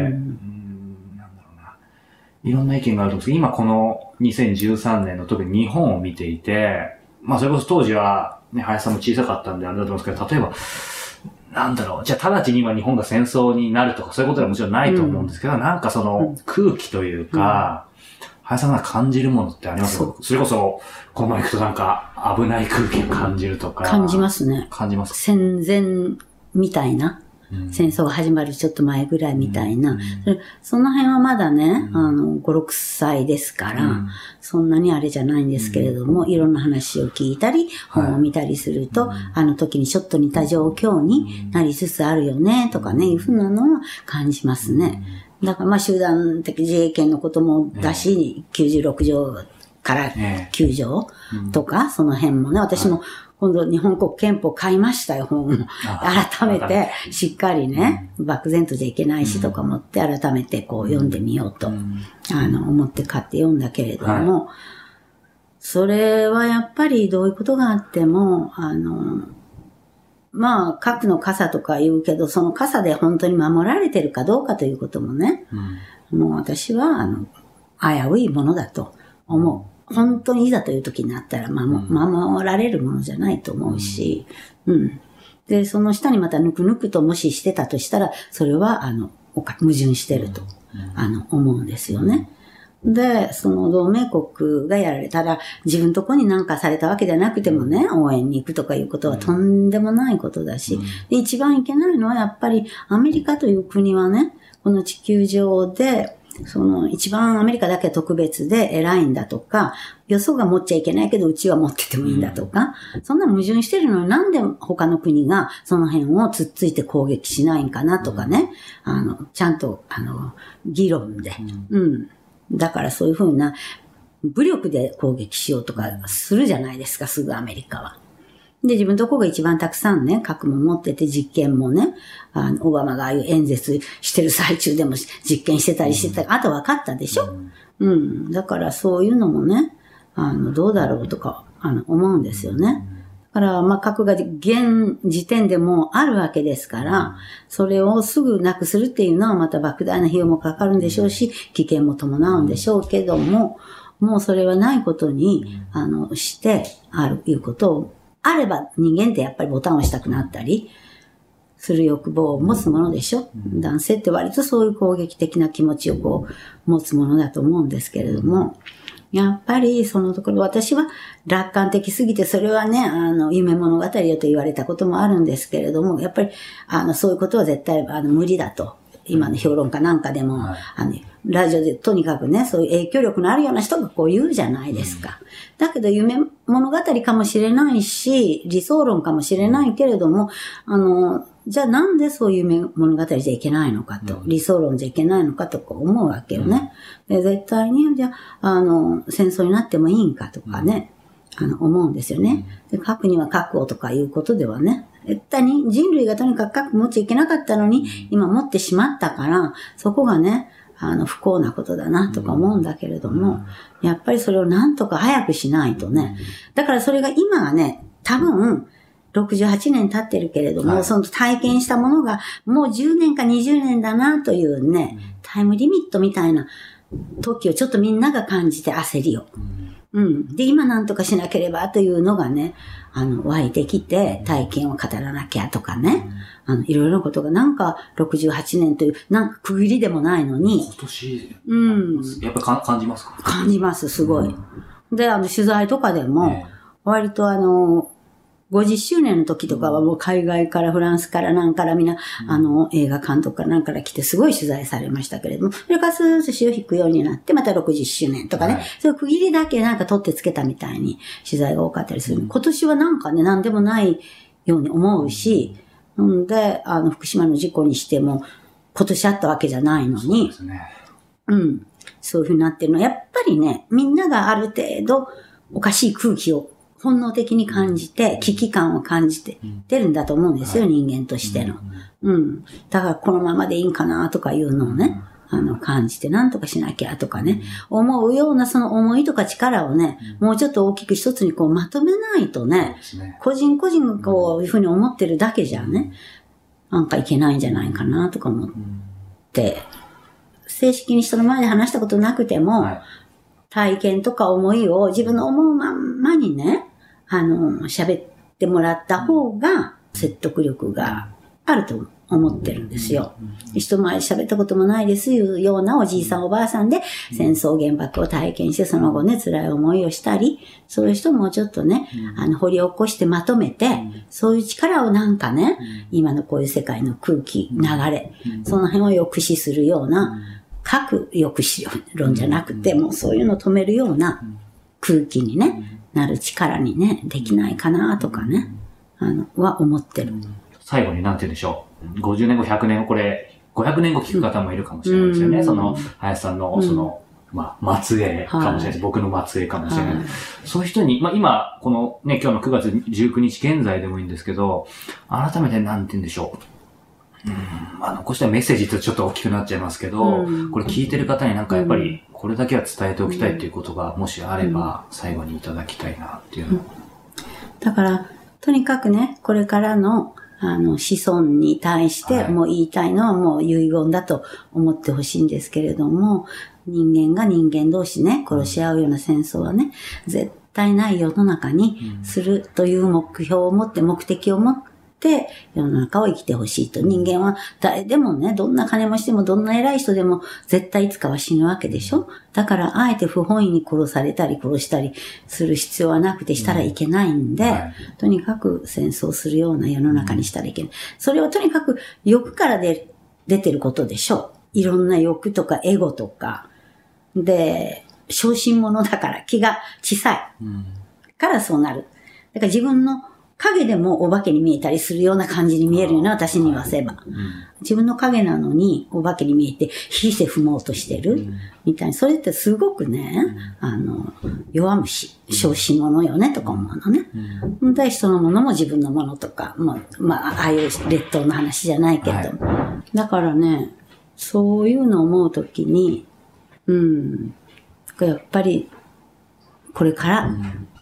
なんだろうな、いろんな意見があると思うんですけど、今このにせんじゅうさんねんの特に日本を見ていて、まあそれこそ当時は、ね、林さんも小さかったんであれだと思うんですけど、例えば、なんだろう。じゃあ、直ちに今日本が戦争になるとか、そういうことはもちろんないと思うんですけど、うん、なんかその空気というか、うん、林さんが感じるものってありますか？それこそ、このまま行くとなんか危ない空気を感じるとか。 感じますね。 感じます。 戦前みたいな。うん、戦争が始まるちょっと前ぐらいみたいな。うん、その辺はまだね、うん、あの、ご、ろくさいですから、うん、そんなにあれじゃないんですけれども、うん、いろんな話を聞いたり、本を見たりすると、はい、あの時にちょっと似た状況になりつつあるよね、とかね、いうふうなのは感じますね。だからまあ集団的自衛権のこともだし、きゅうじゅうろくじょうからきゅうじょうとか、その辺もね、私も、今度日本国憲法買いましたよ、本を。改めて、しっかりね、漠然とじゃいけないしとか思って、改めてこう読んでみようと、あの、思って買って読んだけれども、はい、それはやっぱりどういうことがあっても、あの、まあ、核の傘とか言うけど、その傘で本当に守られてるかどうかということもね、うん、もう私は、あの、危ういものだと思う。本当にいざという時になったら、ま、守られるものじゃないと思うし、うん。で、その下にまたぬくぬくともししてたとしたら、それは、あの、矛盾してると、あの、思うんですよね。で、その同盟国がやられたら、自分のとこに何かされたわけじゃなくてもね、応援に行くとかいうことはとんでもないことだし、で一番いけないのはやっぱりアメリカという国はね、この地球上で、その一番アメリカだけ特別で偉いんだとか、よそが持っちゃいけないけどうちは持っててもいいんだとか、うん、そんな矛盾してるのになんで他の国がその辺をつっついて攻撃しないんかなとかね、うん、あの、ちゃんと、あの、議論で、うん、うん。だからそういうふうな武力で攻撃しようとかするじゃないですか、すぐアメリカは。で、自分のとこが一番たくさんね、核も持ってて実験もね、あの、オバマがああいう演説してる最中でも実験してたりしてた、あと分かったでしょ、うん、うん。だからそういうのもね、あの、どうだろうとか、あの、思うんですよね。 だから、まあ、核が現時点でもあるわけですから、それをすぐなくするっていうのはまた莫大な費用もかかるんでしょうし、危険も伴うんでしょうけども、もうそれはないことに、あの、してある、いうことを、あれば人間ってやっぱりボタンを押したくなったり、する欲望を持つものでしょ。男性って割とそういう攻撃的な気持ちをこう、持つものだと思うんですけれども、やっぱりそのところ私は楽観的すぎてそれはね、あの、夢物語よと言われたこともあるんですけれども、やっぱり、あの、そういうことは絶対、あの、無理だと。今の評論家なんかでも、はい、あの、ラジオでとにかくね、そういう影響力のあるような人がこう言うじゃないですか。うん、だけど夢物語かもしれないし、理想論かもしれないけれども、あの、じゃあなんでそういう夢物語じゃいけないのかと、うん、理想論じゃいけないのかとか思うわけよね。うん、で絶対に、じゃあ、あの、戦争になってもいいんかとかね、うん、あの、思うんですよね。で核には核をとかいうことではね、絶対に人類がとにかく核持っちゃいけなかったのに、今持ってしまったから、そこがね、あの、不幸なことだなとか思うんだけれども、やっぱりそれをなんとか早くしないとね。だからそれが今はね、多分、ろくじゅうはちねん経ってるけれども、はい、その体験したものがもうじゅうねんかにじゅうねんだなというね、タイムリミットみたいな時をちょっとみんなが感じて焦りを。うん。で、今なんとかしなければというのがね、あの、湧いてきて、体験を語らなきゃとかね、あの、いろいろなことがなんかろくじゅうはちねんという、なんか区切りでもないのに。 今年、 うん。 やっぱりか感じますか？ 感じます、すごい。うん、で、あの、取材とかでも、割とあの、ごじゅっしゅうねんの時とかはもう海外からフランスからなんからみんな、うん、あの、映画監督からなんから来てすごい取材されましたけれども、それからスーッと潮引くようになって、またろくじゅっしゅうねんとかね、はい、そういう区切りだけなんか取ってつけたみたいに取材が多かったりする。うん、今年はなんかね、なんでもないように思うし、んで、あの、福島の事故にしても、今年あったわけじゃないのに、そうですね。うん。そういう風になってるのは、やっぱりね、みんながある程度おかしい空気を本能的に感じて、危機感を感じて出るんだと思うんですよ、はい、人間としての。うん。だからこのままでいいんかなとかいうのをね、あの、感じて何とかしなきゃとかね、思うようなその思いとか力をね、もうちょっと大きく一つにこうまとめないとね、個人個人がこういうふうに思ってるだけじゃね、なんかいけないんじゃないかなとか思って、正式に人の前で話したことなくても、はい、体験とか思いを自分の思うまんまにね、あの、喋ってもらった方が説得力があると思ってるんですよ。人前で喋ったこともないですいうようなおじいさんおばあさんで戦争原爆を体験してその後ね、辛い思いをしたり、そういう人もちょっとね、あの、掘り起こしてまとめて、そういう力をなんかね、今のこういう世界の空気、流れ、その辺を抑止するような、核抑止論じゃなくて、もうそういうのを止めるような空気にね、なる力にね、できないかなとかね、あの、は思ってる。 最後になんて言うんでしょう。ごじゅうねんご、ひゃくねんご、これ、ごひゃくねんご聞く方もいるかもしれないですよね。うん、その、林さんの、その、うん、まあ、末裔かもしれないです。はい、僕の末裔かもしれない。はい、そういう人に、まあ今、このね、今日のくがつじゅうくにち現在でもいいんですけど、改めてなんて言うんでしょう。うん、まあ、残したメッセージってちょっと大きくなっちゃいますけど、うん、これ聞いてる方になんかやっぱり、これだけは伝えておきたいっていうことが、もしあれば、最後にいただきたいなっていうの、うん、 だから、とにかくね、これからの、あの、子孫に対して、もう言いたいのはもう遺言だと思ってほしいんですけれども、人間が人間同士ね、殺し合うような戦争はね、絶対ない世の中にするという目標を持って、目的を持って、で、世の中を生きてほしいと。人間は誰でもね、どんな金持ちでもどんな偉い人でも絶対いつかは死ぬわけでしょ。だからあえて不本意に殺されたり殺したりする必要はなくてしたらいけないんで、うんはい、とにかく戦争するような世の中にしたらいけない。それはとにかく欲からで出てることでしょ。いろんな欲とかエゴとか。で、小心者だから気が小さい。うん、からそうなる。だから自分の影でもお化けに見えたりするような感じに見えるよね、私に言わせば。うん、自分の影なのにお化けに見えて、火して踏もうとしてる、うん、みたいに。それってすごくね、うん、あの、弱虫、小心者よね、とか思うのね。うん、で、人のものも自分のものとか、まあ、まあ、ああいう劣等の話じゃないけど。はい、だからね、そういうのを思うときに、うん、やっぱり、これから、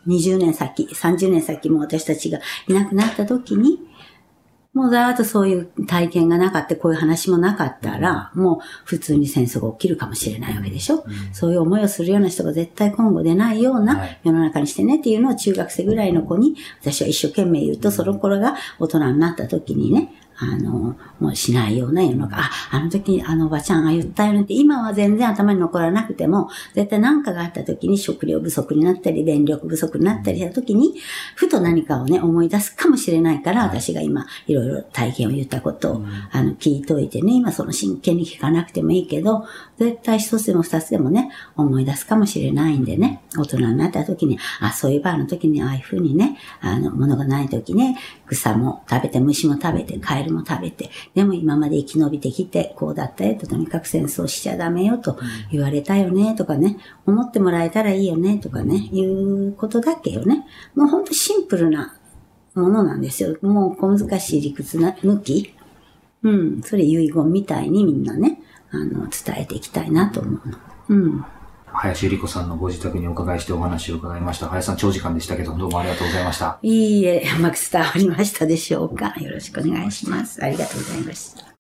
にじゅうねん先、さんじゅうねん先も私たちがいなくなった時に、もうざーっとそういう体験がなかった、こういう話もなかったら、もう普通に戦争が起きるかもしれないわけでしょ。うん、そういう思いをするような人が絶対今後出ないような世の中にしてねっていうのを中学生ぐらいの子に私は一生懸命言うと、その頃が大人になった時にね、あの、もうしないような世の中。あ、あの時にあのおばちゃんが言ったよねって、今は全然頭に残らなくても、絶対何かがあった時に食料不足になったり、電力不足になったりした時に、ふと何かをね、思い出すかもしれないから、私が今、いろいろ体験を言ったことを、あの、聞いといてね、今その真剣に聞かなくてもいいけど、絶対一つでも二つでもね、思い出すかもしれないんでね、大人になった時に、あ、そういえばあの時にああいうふうにね、あの、物がない時ね、草も食べて、虫も食べて、カエルも食べて、でも今まで生き延びてきて、こうだったよと、とにかく戦争しちゃダメよと言われたよね、とかね、思ってもらえたらいいよね、とかね、いうことだけよね。もうほんとシンプルなものなんですよ。もう小難しい理屈な、抜き。うん、それ遺言みたいにみんなね、あの、伝えていきたいなと思うの。うん。 林由里子さんのご自宅にお伺いしてお話を伺いました。林さん長時間でしたけど、どうもありがとうございました。 いいえ、うまく伝わりましたでしょうか。よろしくお願いします。ありがとうございました。